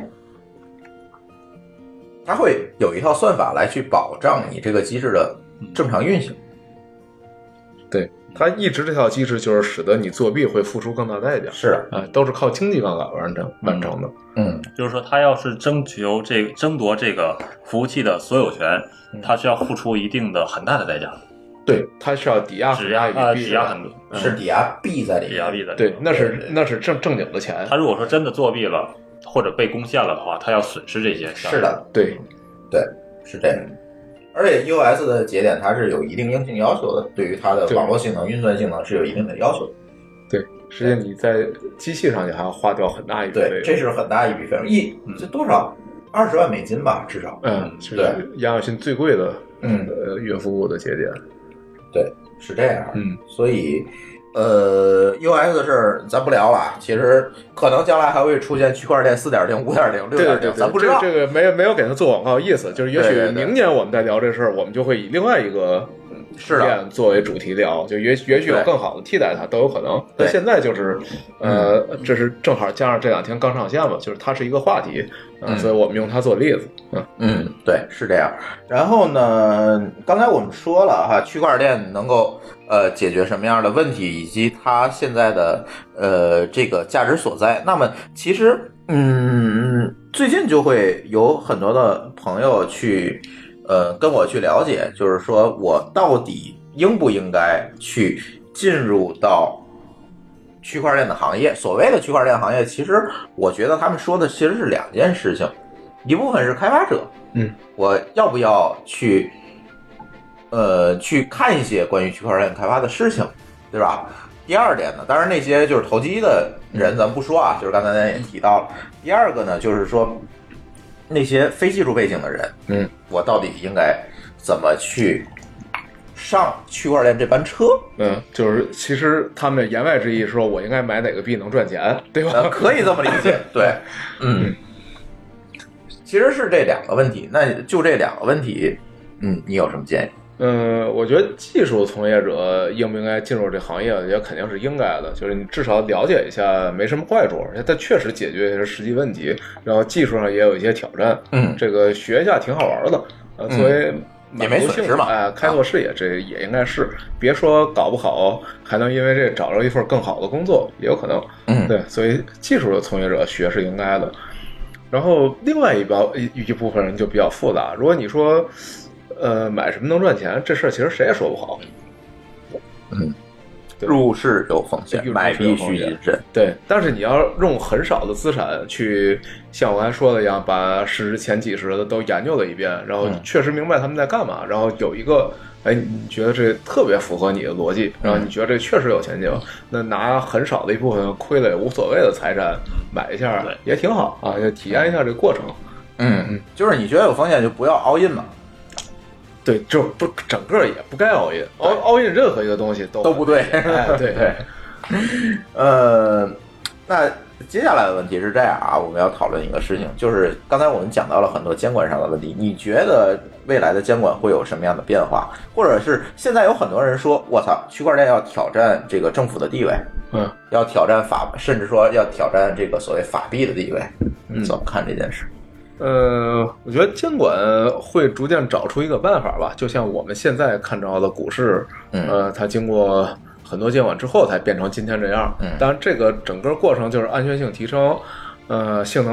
它会有一套算法来去保障你这个机制的正常运行。 对。它一直这套机制就是使得你作弊会付出更大代价， 是的， 啊、呃，都是靠经济杠杆完成完成的。 嗯， 就是说，他要是争求这个争夺这个服务器的所有权，他需要付出一定的很大的代价。 对，它是要抵押抵押啊，抵押很多， 是抵押币在里面， 抵押币在里面。 对，那是那是正正经的钱。 他如果说真的作弊了或者被攻陷了的话，他要损失这些。 是的， 对， 对，是这样。而且 E O S 的节点它是有一定硬性要求的，对于它的网络性能、运算性能是有一定的要求的。 对，实际上你在机器上你还要花掉很大一笔费用。 对，这是很大一笔费用，一这多少二十万美金吧，至少。 嗯，对，亚马逊最贵的嗯呃云服务的节点。 对，是这样。 嗯， 所以。呃 ，U X 的事儿咱不聊了。其实可能将来还会出现区块链四点零、五点零、六点零，咱不知道。 这个没有没有给他做广告意思，就是也许明年我们再聊这事儿，我们就会以另外一个事件作为主题聊，就也也许有更好的替代它都有可能。但现在就是呃，这是正好加上这两天刚上线嘛，就是它是一个话题，嗯，所以我们用它做例子。嗯嗯，对，是这样。然后呢，刚才我们说了哈，区块链能够呃解决什么样的问题，以及它现在的呃这个价值所在。那么其实嗯，最近就会有很多的朋友去呃跟我去了解，就是说我到底应不应该去进入到区块链的行业。所谓的区块链行业，其实我觉得他们说的其实是两件事情，一部分是开发者， 嗯， 我要不要去呃去看一些关于区块链开发的事情，对吧？第二点呢，当然那些就是投机的人咱们不说啊，就是刚才咱也提到了。第二个呢，就是说那些非技术背景的人， 嗯， 我到底应该怎么去上区块链这班车？ 嗯，就是其实他们言外之意说我应该买哪个币能赚钱，对吧？ 呃、可以这么理解，对，嗯，其实是这两个问题。那就这两个问题，嗯，你有什么建议？ 嗯，我觉得技术从业者应不应该进入这行业，也肯定是应该的。就是你至少了解一下，没什么坏处，而且它确实解决一些实际问题，然后技术上也有一些挑战。 嗯， 这个学一下挺好玩的。呃，作为也没损失嘛， 哎、呃，开拓视野，这也应该是。别说搞不好，还能因为这找着一份更好的工作，也有可能。 嗯， 对，所以技术的从业者学是应该的。然后另外一包一一部分人就比较复杂。如果你说，呃，买什么能赚钱？这事儿其实谁也说不好。 嗯，入市有风险，买必须谨慎。 对，但是你要用很少的资产去，像我刚才说的一样，把市值前几十的都研究了一遍，然后确实明白他们在干嘛，然后有一个，哎，你觉得这特别符合你的逻辑，然后你觉得这确实有前景，那拿很少的一部分亏了也无所谓的财产买一下也挺好啊，就体验一下这个过程。 嗯嗯，就是你觉得有风险就不要 all in 嘛。 对，就不整个也不该 all in，all all in 任何一个东西都都不对。 哎，对对。呃，那接下来的问题是这样啊，我们要讨论一个事情，就是刚才我们讲到了很多监管上的问题，你觉得未来的监管会有什么样的变化？或者是现在有很多人说，我操，区块链要挑战这个政府的地位， 嗯， 要挑战法，甚至说要挑战这个所谓法币的地位，你怎么看这件事？ 呃，我觉得监管会逐渐找出一个办法吧，就像我们现在看到的股市， 嗯、 呃，它经过很多监管之后才变成今天这样。 嗯， 当然这个整个过程就是安全性提升，呃，性能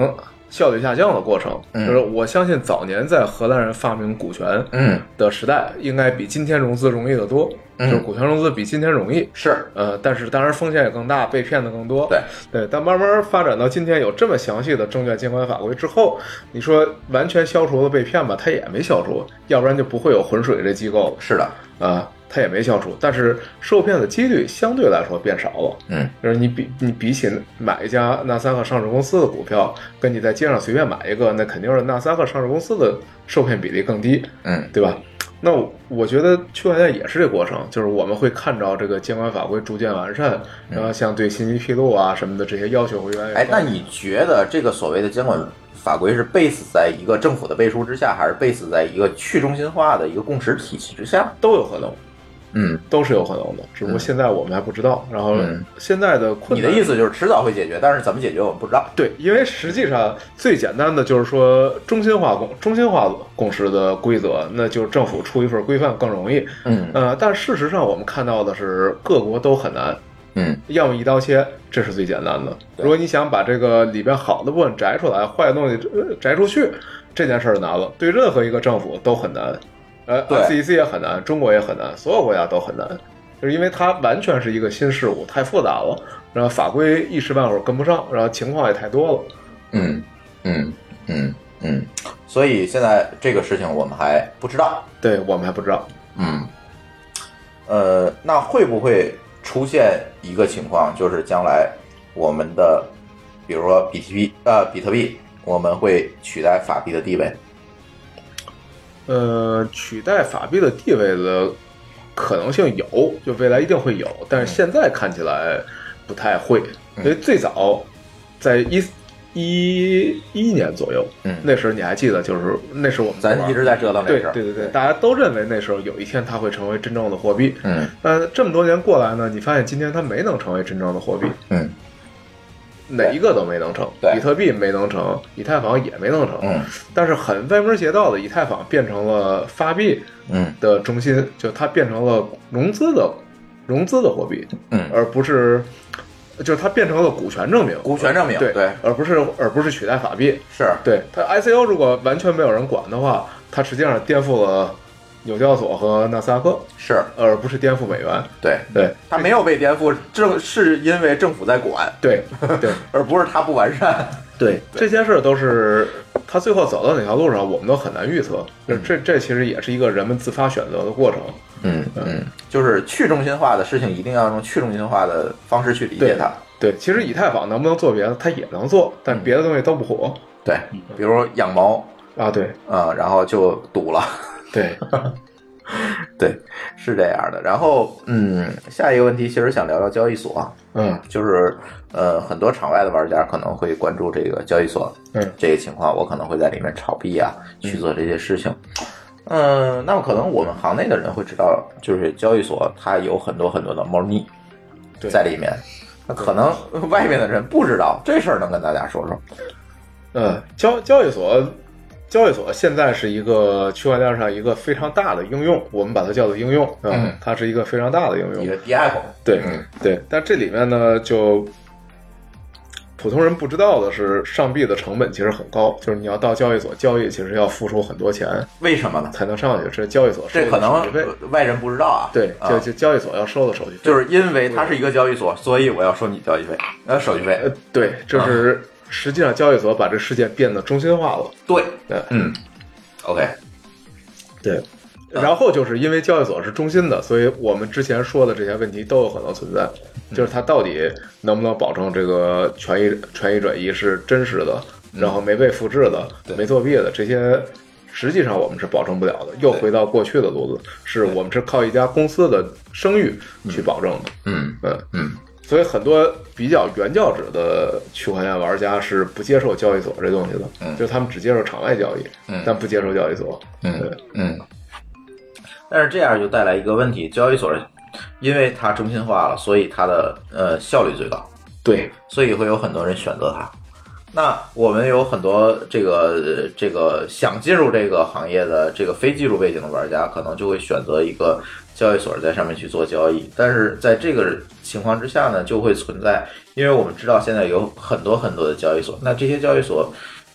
效率下降的过程。 嗯、 就是我相信早年在荷兰人发明股权的时代，应该比今天融资容易得多。就是股权融资比今天容易， 是呃，但是当然风险也更大，被骗的更多。 对对，但慢慢发展到今天有这么详细的证券监管法规之后，你说完全消除了被骗吧，它也没消除，要不然就不会有浑水这机构了。 是的， 啊、呃，它也没消除，但是受骗的几率相对来说变少了。 嗯， 就是你比你比起买一家纳斯达克上市公司的股票，跟你在街上随便买一个，那肯定是纳斯达克上市公司的受骗比例更低。 嗯， 对吧？那我觉得区块链也是这个过程，就是我们会看着这个监管法规逐渐完善，然后像对信息披露啊什么的这些要求会越来越高。 哎，那你觉得这个所谓的监管法规是 base 在一个政府的背书之下，还是 base 在一个去中心化的一个共识体系之下？ 都有可能。 嗯， 都是有可能的，只不过现在我们还不知道。然后现在的困难， 你的意思就是迟早会解决，但是怎么解决我们不知道。 对，因为实际上最简单的就是说中心化共中心化共识的规则，那就是政府出一份规范更容易。 嗯， 呃，但事实上我们看到的是各国都很难。 嗯， 要么一刀切，这是最简单的。如果你想把这个里边好的部分摘出来，坏的东西摘出去，这件事儿难了，对任何一个政府都很难。呃 ，S E C 也很难，中国也很难，所有国家都很难，就是因为它完全是一个新事物，太复杂了，然后法规一时半会儿跟不上，然后情况也太多了。 嗯嗯嗯嗯，所以现在这个事情我们还不知道， 对我们还不知道。 嗯，呃，那会不会出现一个情况，就是将来我们的，比如说比特币，呃，比特币，我们会取代法币的地位？ 呃，取代法币的地位的可能性有，就未来一定会有，但是现在看起来不太会，因为最早在一一一年左右， 嗯， 那时候你还记得，就是那时候我们咱一直在折腾这事儿， 对对对对，大家都认为那时候有一天它会成为真正的货币， 嗯， 但这么多年过来呢，你发现今天它没能成为真正的货币， 嗯。 哪一个都没能成，比特币没能成，以太坊也没能成。 嗯， 但是很歪门邪道的，以太坊变成了发币嗯的中心，就它变成了融资的融资的货币， 嗯， 而不是，就是它变成了股权证明， 股权证明， 对对， 而不是而不是取代法币， 是对它 I C O 如果完全没有人管的话，它实际上颠覆了纽交所和纳斯达克， 是， 而不是颠覆美元。 对对， 它没有被颠覆，正是因为政府在管， 对对， 而不是它不完善。 对，这些事儿都是他最后走到哪条路上，我们都很难预测。 嗯、 这这其实也是一个人们自发选择的过程。 嗯嗯，就是去中心化的事情，一定要用去中心化的方式去理解它。 对，对其实以太坊能不能做别的，它也能做，但别的东西都不火。 对，比如养猫啊，对， 啊、嗯，然后就堵了。 对， 对，是这样的。然后，嗯，下一个问题其实想聊聊交易所， 嗯， 就是呃，很多场外的玩家可能会关注这个交易所， 嗯， 这个情况，我可能会在里面炒币啊，去做这些事情。嗯、呃，那么可能我们行内的人会知道，就是交易所它有很多很多的猫腻在里面，那可能外面的人不知道这事儿，能跟大家说说？ 嗯，交交易所。交易所现在是一个区块链上一个非常大的应用，我们把它叫做应用，嗯，嗯它是一个非常大的应用， 一个 D I P， 对， 嗯， 对。但这里面呢，就普通人不知道的是，上币的成本其实很高，就是你要到交易所交易，其实要付出很多钱。 为什么呢？ 才能上去？这交易所收这可能外人不知道啊。 对，就就交易所要收的手续费， 就是因为它是一个交易所，所以我要收你交易费，呃，手续费。 呃，对，这是。嗯实际上，交易所把这事件变得中心化了。 对， 对， 嗯 ，OK， 对。然后就是因为交易所是中心的，所以我们之前说的这些问题都有可能存在。就是它到底能不能保证这个权益权益转移是真实的，然后没被复制的、没作弊的这些，实际上我们是保证不了的。又回到过去的路子，是我们是靠一家公司的声誉去保证的。 嗯嗯嗯。 所以很多比较原教旨的区块链玩家是不接受交易所这东西的， 嗯， 就是他们只接受场外交易， 嗯， 但不接受交易所， 嗯嗯。但是这样就带来一个问题，交易所因为它中心化了，所以它的呃效率最高， 对， 所以会有很多人选择它。那我们有很多这个这个想进入这个行业的这个非技术背景的玩家，可能就会选择一个交易所在上面去做交易。但是在这个情况之下呢，就会存在，因为我们知道现在有很多很多的交易所，那这些交易所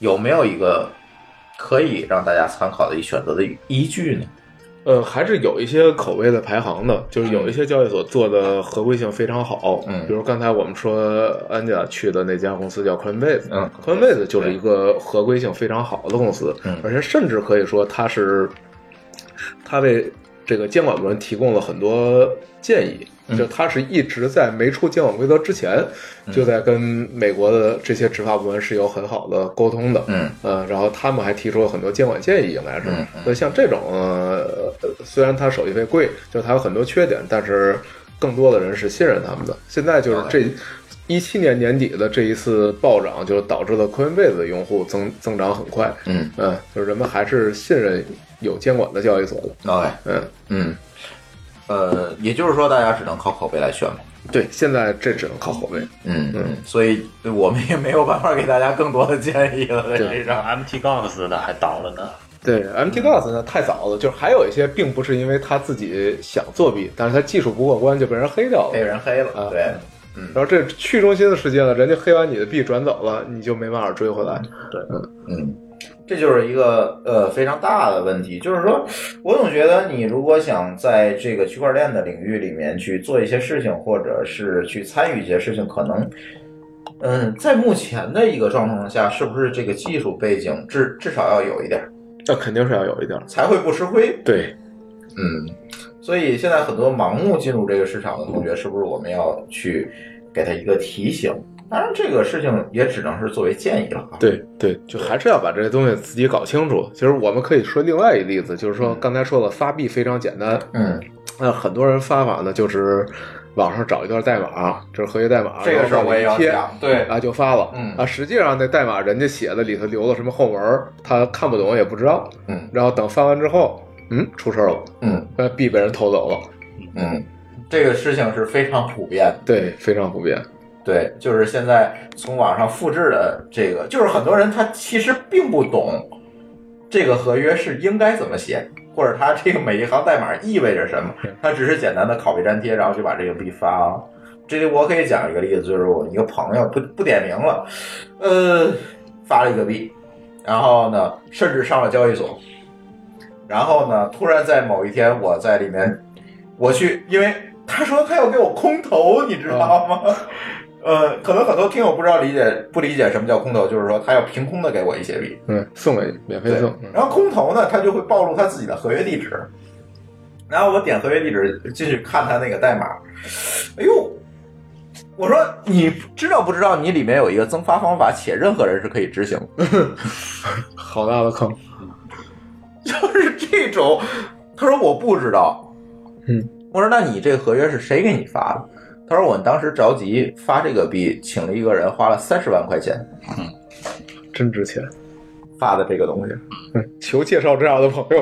有没有一个可以让大家参考的一选择的依据呢？ 呃，还是有一些口碑的排行的，就是有一些交易所做的合规性非常好， 嗯， 比如刚才我们说安家去的那家公司叫 Coinbase， 嗯 ，Coinbase 就是一个合规性非常好的公司， 嗯， 而且甚至可以说它是，它为这个监管部门提供了很多建议。就他是一直在没出监管规则之前，嗯、就在跟美国的这些执法部门是有很好的沟通的， 嗯呃，然后他们还提出了很多监管建议，应该是。 嗯所以像这种，呃，虽然它手续费贵，就它有很多缺点，但是更多的人是信任他们的。现在就是这一七年年底的这一次暴涨，就导致了 Coinbase 的用户增增长很快。 嗯嗯，就是人们还是信任有监管的交易所的。 OK， 嗯嗯。呃，也就是说，大家只能靠口碑来选嘛。 对，现在这只能靠口碑。 嗯嗯，所以我们也没有办法给大家更多的建议了。在这上 ，M T G O X 的还倒了呢。 对 ，M T G O X 呢太早了，就是还有一些并不是因为他自己想作弊，但是他技术不过关就被人黑掉了， 被人黑了。啊、对，嗯。 然后这去中心的世界呢，人家黑完你的币转走了，你就没办法追回来。 对， 嗯嗯。这就是一个呃非常大的问题，就是说我总觉得你如果想在这个区块链的领域里面去做一些事情，或者是去参与一些事情，可能嗯在目前的一个状况下，是不是这个技术背景至至少要有一点？ 那肯定是要有一点， 才会不吃亏。 对， 嗯，所以现在很多盲目进入这个市场的同学，是不是我们要去给他一个提醒？当然，这个事情也只能是作为建议了。 对对，就还是要把这些东西自己搞清楚。其实我们可以说另外一例子，就是说刚才说了，发币非常简单。 嗯， 那很多人发法呢，就是网上找一段代码，这是合约代码， 这个事儿我也要讲。对啊，就发了。 嗯啊，实际上那代码人家写的里头留了什么后文，他看不懂也不知道。 嗯， 然后等发完之后，嗯，出事了。 嗯， 那币被人偷走了。 嗯，这个事情是非常普遍的。 对，非常普遍。 对，就是现在从网上复制的这个，就是很多人他其实并不懂这个合约是应该怎么写，或者他这个每一行代码意味着什么，他只是简单的拷贝粘贴，然后就把这个币发了。这里我可以讲一个例子，就是我一个朋友不不点名了，呃，发了一个币，然后呢，甚至上了交易所，然后呢，突然在某一天我在里面，我去，因为他说他要给我空投，你知道吗？嗯呃，可能很多听友不知道理解不理解什么叫空投，就是说他要凭空的给我一些币， 嗯，送给你，免费送。 然后空投呢，他就会暴露他自己的合约地址，然后我点合约地址进去看他那个代码，哎呦，我说你知道不知道你里面有一个增发方法，且任何人是可以执行， 好大的坑， 就是这种。他说我不知道， 嗯， 我说那你这个合约是谁给你发的？他说我当时着急发这个币，请了一个人花了三十万块钱， 嗯，真值钱， 发的这个东西， 嗯，求介绍这样的朋友，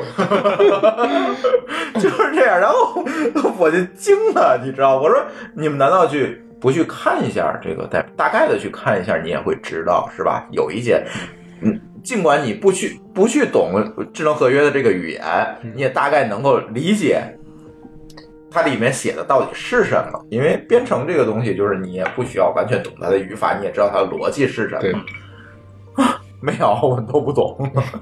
就是这样。然后我就惊了，你知道？我说你们难道去不去看一下这个大大概的去看一下，你也会知道是吧？有一些，嗯，尽管你不去不去懂智能合约的这个语言，你也大概能够理解。它里面写的到底是什么？因为编程这个东西，就是你也不需要完全懂它的语法，你也知道它的逻辑是什么。 对， 啊、没有，我们都不懂。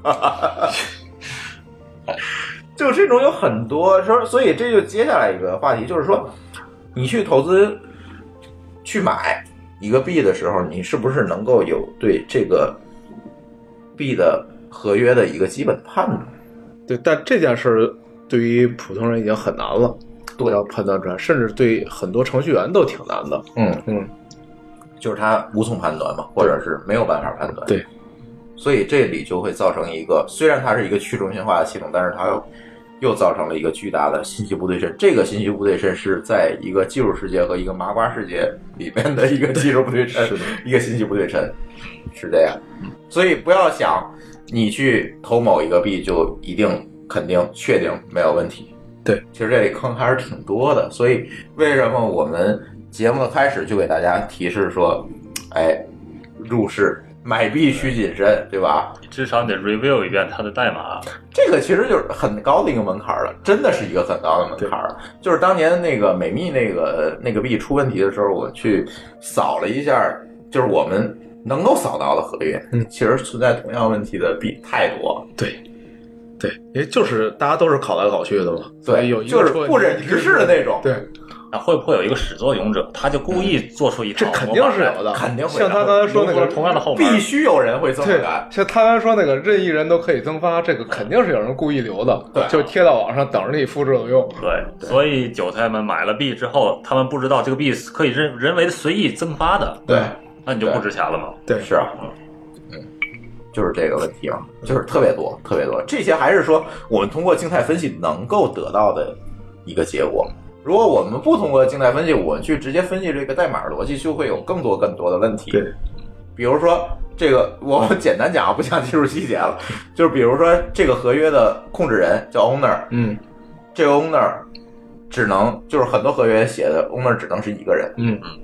就这种有很多说，所以这就接下来一个话题，就是说，你去投资、去买一个币的时候，你是不是能够有对这个币的合约的一个基本判断？ 对，但这件事对于普通人已经很难了。都要判断出来，甚至对很多程序员都挺难的。 嗯嗯， 就是他无从判断嘛，或者是没有办法判断。 对， 所以这里就会造成一个，虽然它是一个去中心化的系统，但是它又又造成了一个巨大的信息不对称。这个信息不对称是在一个技术世界和一个麻瓜世界里面的一个技术不对称，一个信息不对称，是这样。所以不要想你去投某一个币就一定肯定确定没有问题。 对， 其实这里坑还是挺多的，所以为什么我们节目的开始就给大家提示说，哎，入市买币需谨慎，对吧？ 至少得 review 一遍它的代码。 这个其实就是很高的一个门槛了，真的是一个很高的门槛了。就是当年那个美币那个那个币出问题的时候，我去扫了一下，就是我们能够扫到的合约， 嗯， 其实存在同样问题的币太多。 对，对，因为就是大家都是考来考去的嘛， 对， 有一个就是不忍直视的那种。 对， 那会不会有一个始作俑者，他就故意做出一套、 嗯？这肯定是有的， 肯定会。 像他刚才说那个同样的后门， 必须有人会这么干。 像他刚才说那个任意人都可以增发，这个肯定是有人故意留的， 对， 就贴到网上等着你复制有用。 对，对所以韭菜们买了币之后，他们不知道这个币可以人人为的随意增发的， 对， 那你就不值钱了吗？ 对， 是啊，嗯，就是这个问题嘛，就是特别多，特别多。这些还是说我们通过静态分析能够得到的一个结果。如果我们不通过静态分析，我们去直接分析这个代码逻辑，就会有更多更多的问题。 对， 比如说这个，我们简单讲，不想进入细节了。就是比如说这个合约的控制人叫 owner， 嗯， 这个 owner 只能就是很多合约写的 owner 只能是一个人， 嗯嗯，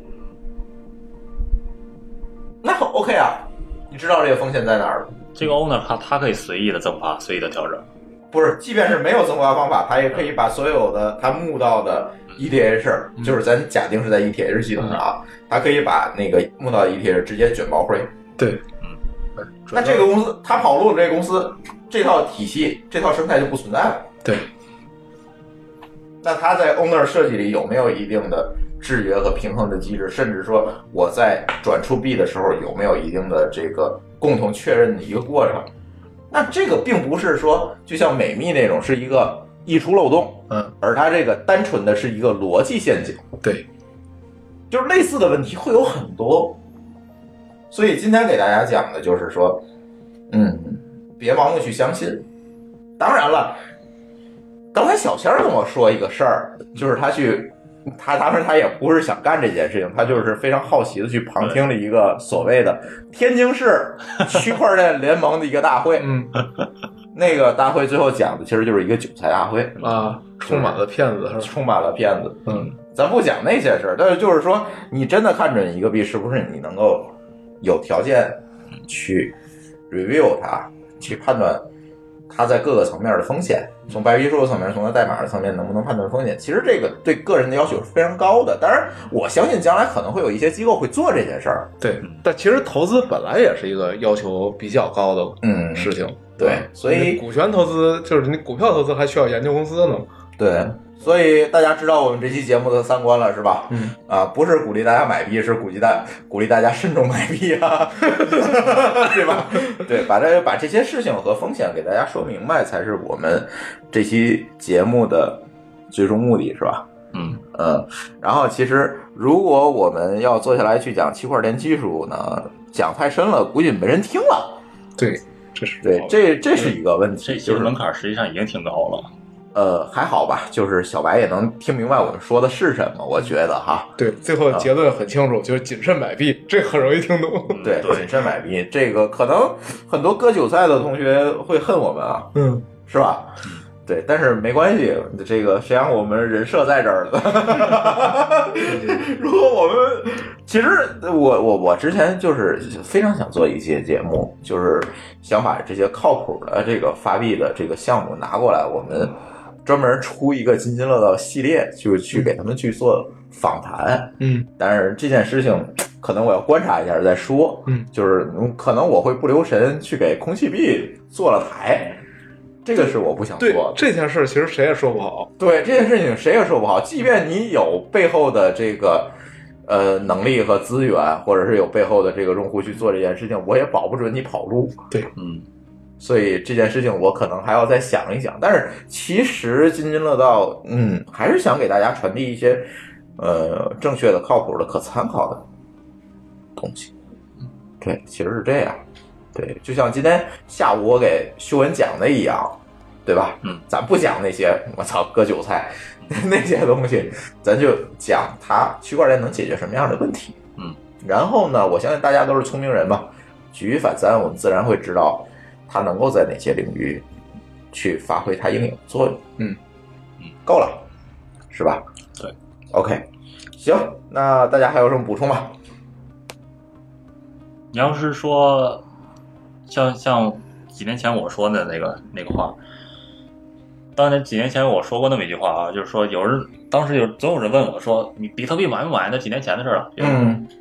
那 OK 啊，你知道这个风险在哪儿？ 这个 owner 他他可以随意的增发，随意的调整。 不是，即便是没有增发方法，他也可以把所有的他募到的 E T H，、嗯、就是咱假定是在 E T H 系统上啊，他可以把那个募到的 E T H 直接卷包会。 对， 嗯，那这个公司他跑路的这个公司，这套体系、这套生态就不存在了。 对， 那他在 owner 设计里有没有一定的制约和平衡的机制？甚至说我在转出币的时候有没有一定的这个共同确认的一个过程？那这个并不是说就像美密那种是一个溢出漏洞， 嗯， 而它这个单纯的是一个逻辑陷阱。 对， 就是类似的问题会有很多。所以今天给大家讲的就是说，嗯，别盲目去相信。当然了，刚才小仙儿跟我说一个事儿，就是他去。他当时他也不是想干这件事情，他就是非常好奇的去旁听了一个所谓的天津市区块链联盟的一个大会。 嗯， 那个大会最后讲的其实就是一个韭菜大会啊，充满了骗子， 充满了骗子。 嗯， 咱不讲那些事儿，但是就是说，你真的看准一个币，是不是你能够有条件去 review 它，去判断它在各个层面的风险，从白皮书的层面，从它代码的层面能不能判断风险？其实这个对个人的要求是非常高的。当然，我相信将来可能会有一些机构会做这件事儿。 对，但其实投资本来也是一个要求比较高的嗯事情。嗯、 对，所以股权投资就是你股票投资还需要研究公司呢。 对。所以大家知道我们这期节目的三观了是吧？ 嗯啊，不是鼓励大家买币，是鼓励大鼓励大家慎重买币啊，对吧？对，把这把这些事情和风险给大家说明白，才是我们这期节目的最终目的，是吧？ 嗯嗯。然后其实如果我们要坐下来去讲区块链技术呢，讲太深了，估计没人听了。 对，这是对，这这是一个问题， 这就是门槛实际上已经挺高了。 呃，还好吧，就是小白也能听明白我们说的是什么，我觉得哈。 对，最后结论很清楚，就是谨慎买币，这很容易听懂。 对，谨慎买币，这个可能很多割韭菜的同学会恨我们啊， 嗯， 是吧？对，但是没关系，这个谁让我们人设在这儿了？如果我们其实我我我之前就是非常想做一些节目，就是想把这些靠谱的这个发币的这个项目拿过来，我们专门出一个津津乐道系列，就去给他们去做访谈。 嗯， 但是这件事情可能我要观察一下再说。 嗯， 就是可能我会不留神去给空气币做了台。这个是我不想做的。 对，这件事其实谁也说不好。 对，这件事情谁也说不好。即便你有背后的这个呃能力和资源，或者是有背后的这个用户去做这件事情，我也保不准你跑路。 对， 嗯。 所以这件事情我可能还要再想一想。但是其实津津乐道，嗯，还是想给大家传递一些呃正确的、靠谱的、可参考的东西。对，其实是这样。对，就像今天下午我给修文讲的一样，对吧？ 嗯， 咱不讲那些我操割韭菜那些东西，咱就讲它区块链能解决什么样的问题。 嗯， 然后呢，我相信大家都是聪明人嘛，举一反三，我们自然会知道它能够在哪些领域去发挥它应有的作用。 嗯嗯，够了，是吧？ 对 ，OK， 行，那大家还有什么补充吗？ 你要是说。像像几年前我说的那个那个话，当年几年前我说过那么一句话啊，就是说有人当时有总有人问我说，你比特币买不买？那几年前的事了。 嗯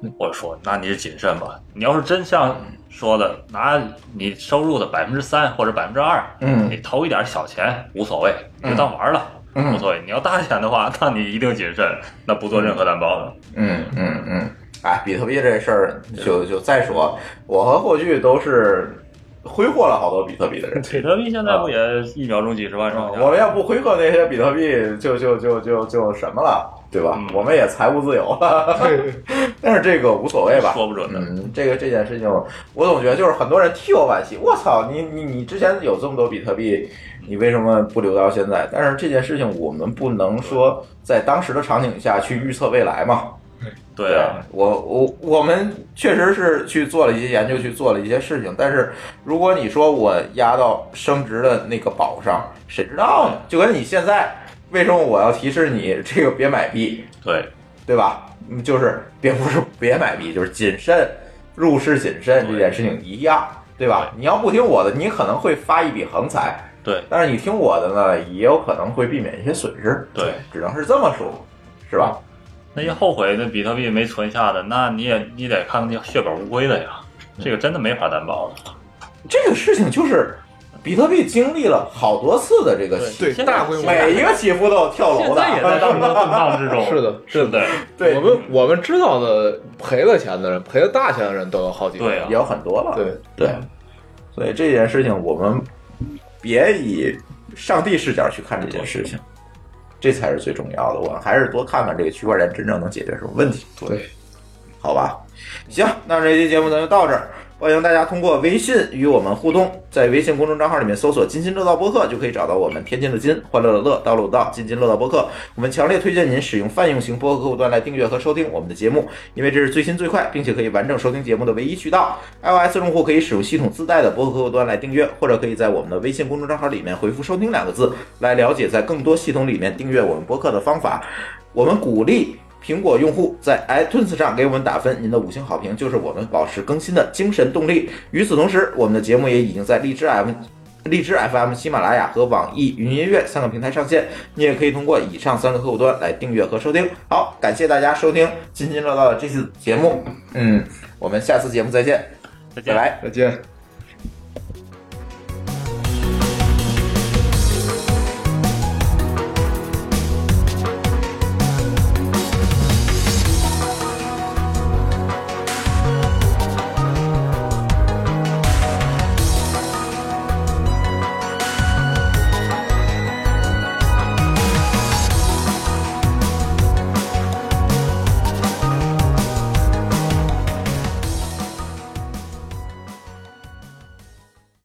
我说那你是谨慎吧。你要是真像说的拿你收入的百分之三或者百分之二， 嗯， 你投一点小钱无所谓，你就当玩了。 嗯， 无所谓。你要大钱的话，那你一定谨慎，那不做任何担保的。 嗯嗯嗯。哎，比特币这事儿就就再说，我和霍炬都是挥霍了好多比特币的人。 比特币现在不也一秒钟几十万上下？ 我们要不挥霍那些比特币，就就就就就什么了，对吧？嗯、我们也财务自由了。但是这个无所谓吧， 说不准的。 嗯，这个这件事情，我总觉得就是很多人替我惋惜。我操，你你你之前有这么多比特币，你为什么不留到现在？但是这件事情我们不能说在当时的场景下去预测未来嘛。 对啊， 我我我们确实是去做了一些研究，去做了一些事情，但是如果你说我压到升值的那个宝上，谁知道呢？就跟你现在为什么我要提示你这个别买币， 对对吧？就是别不是别买币，就是谨慎入市，谨慎这件事情一样，对吧？你要不听我的，你可能会发一笔横财， 对， 但是你听我的呢，也有可能会避免一些损失， 对， 只能是这么说，是吧？ 那些后悔那比特币没存下的，那你也你得看那血本无归的呀，这个真的没法担保的。 这个事情就是比特币经历了好多次的这个对大规模， 每一个起伏都有跳楼的， 现在也在当中动荡之中。 是的，是的， 对， 我们我们知道的赔了钱的人，赔了大钱的人都有好几个， 对啊， 也有很多了。 对对，所以这件事情我们别以上帝视角去看这件事情。这才是最重要的，我们还是多看看这个区块链真正能解决什么问题。 对， 好吧，行，那这期节目咱就到这儿。欢迎大家通过微信与我们互动，在微信公众账号里面搜索“津津乐道播客”就可以找到我们。天津的津，欢乐的乐，道路的道，津津乐道播客。我们强烈推荐您使用泛用型播客客户端来订阅和收听我们的节目，因为这是最新最快并且可以完整收听节目的唯一渠道。iOS 用户可以使用系统自带的播客客户端来订阅，或者可以在我们的微信公众账号里面回复“收听”两个字来了解在更多系统里面订阅我们播客的方法。我们鼓励苹果用户在 iTunes 上给我们打分，您的五星好评就是我们保持更新的精神动力。与此同时，我们的节目也已经在荔枝 F 荔枝 F M、喜马拉雅和网易云音乐三个平台上线，你也可以通过以上三个客户端来订阅和收听。好，感谢大家收听津津乐道的这次节目，嗯，我们下次节目再见， 再见， 拜拜， 再见。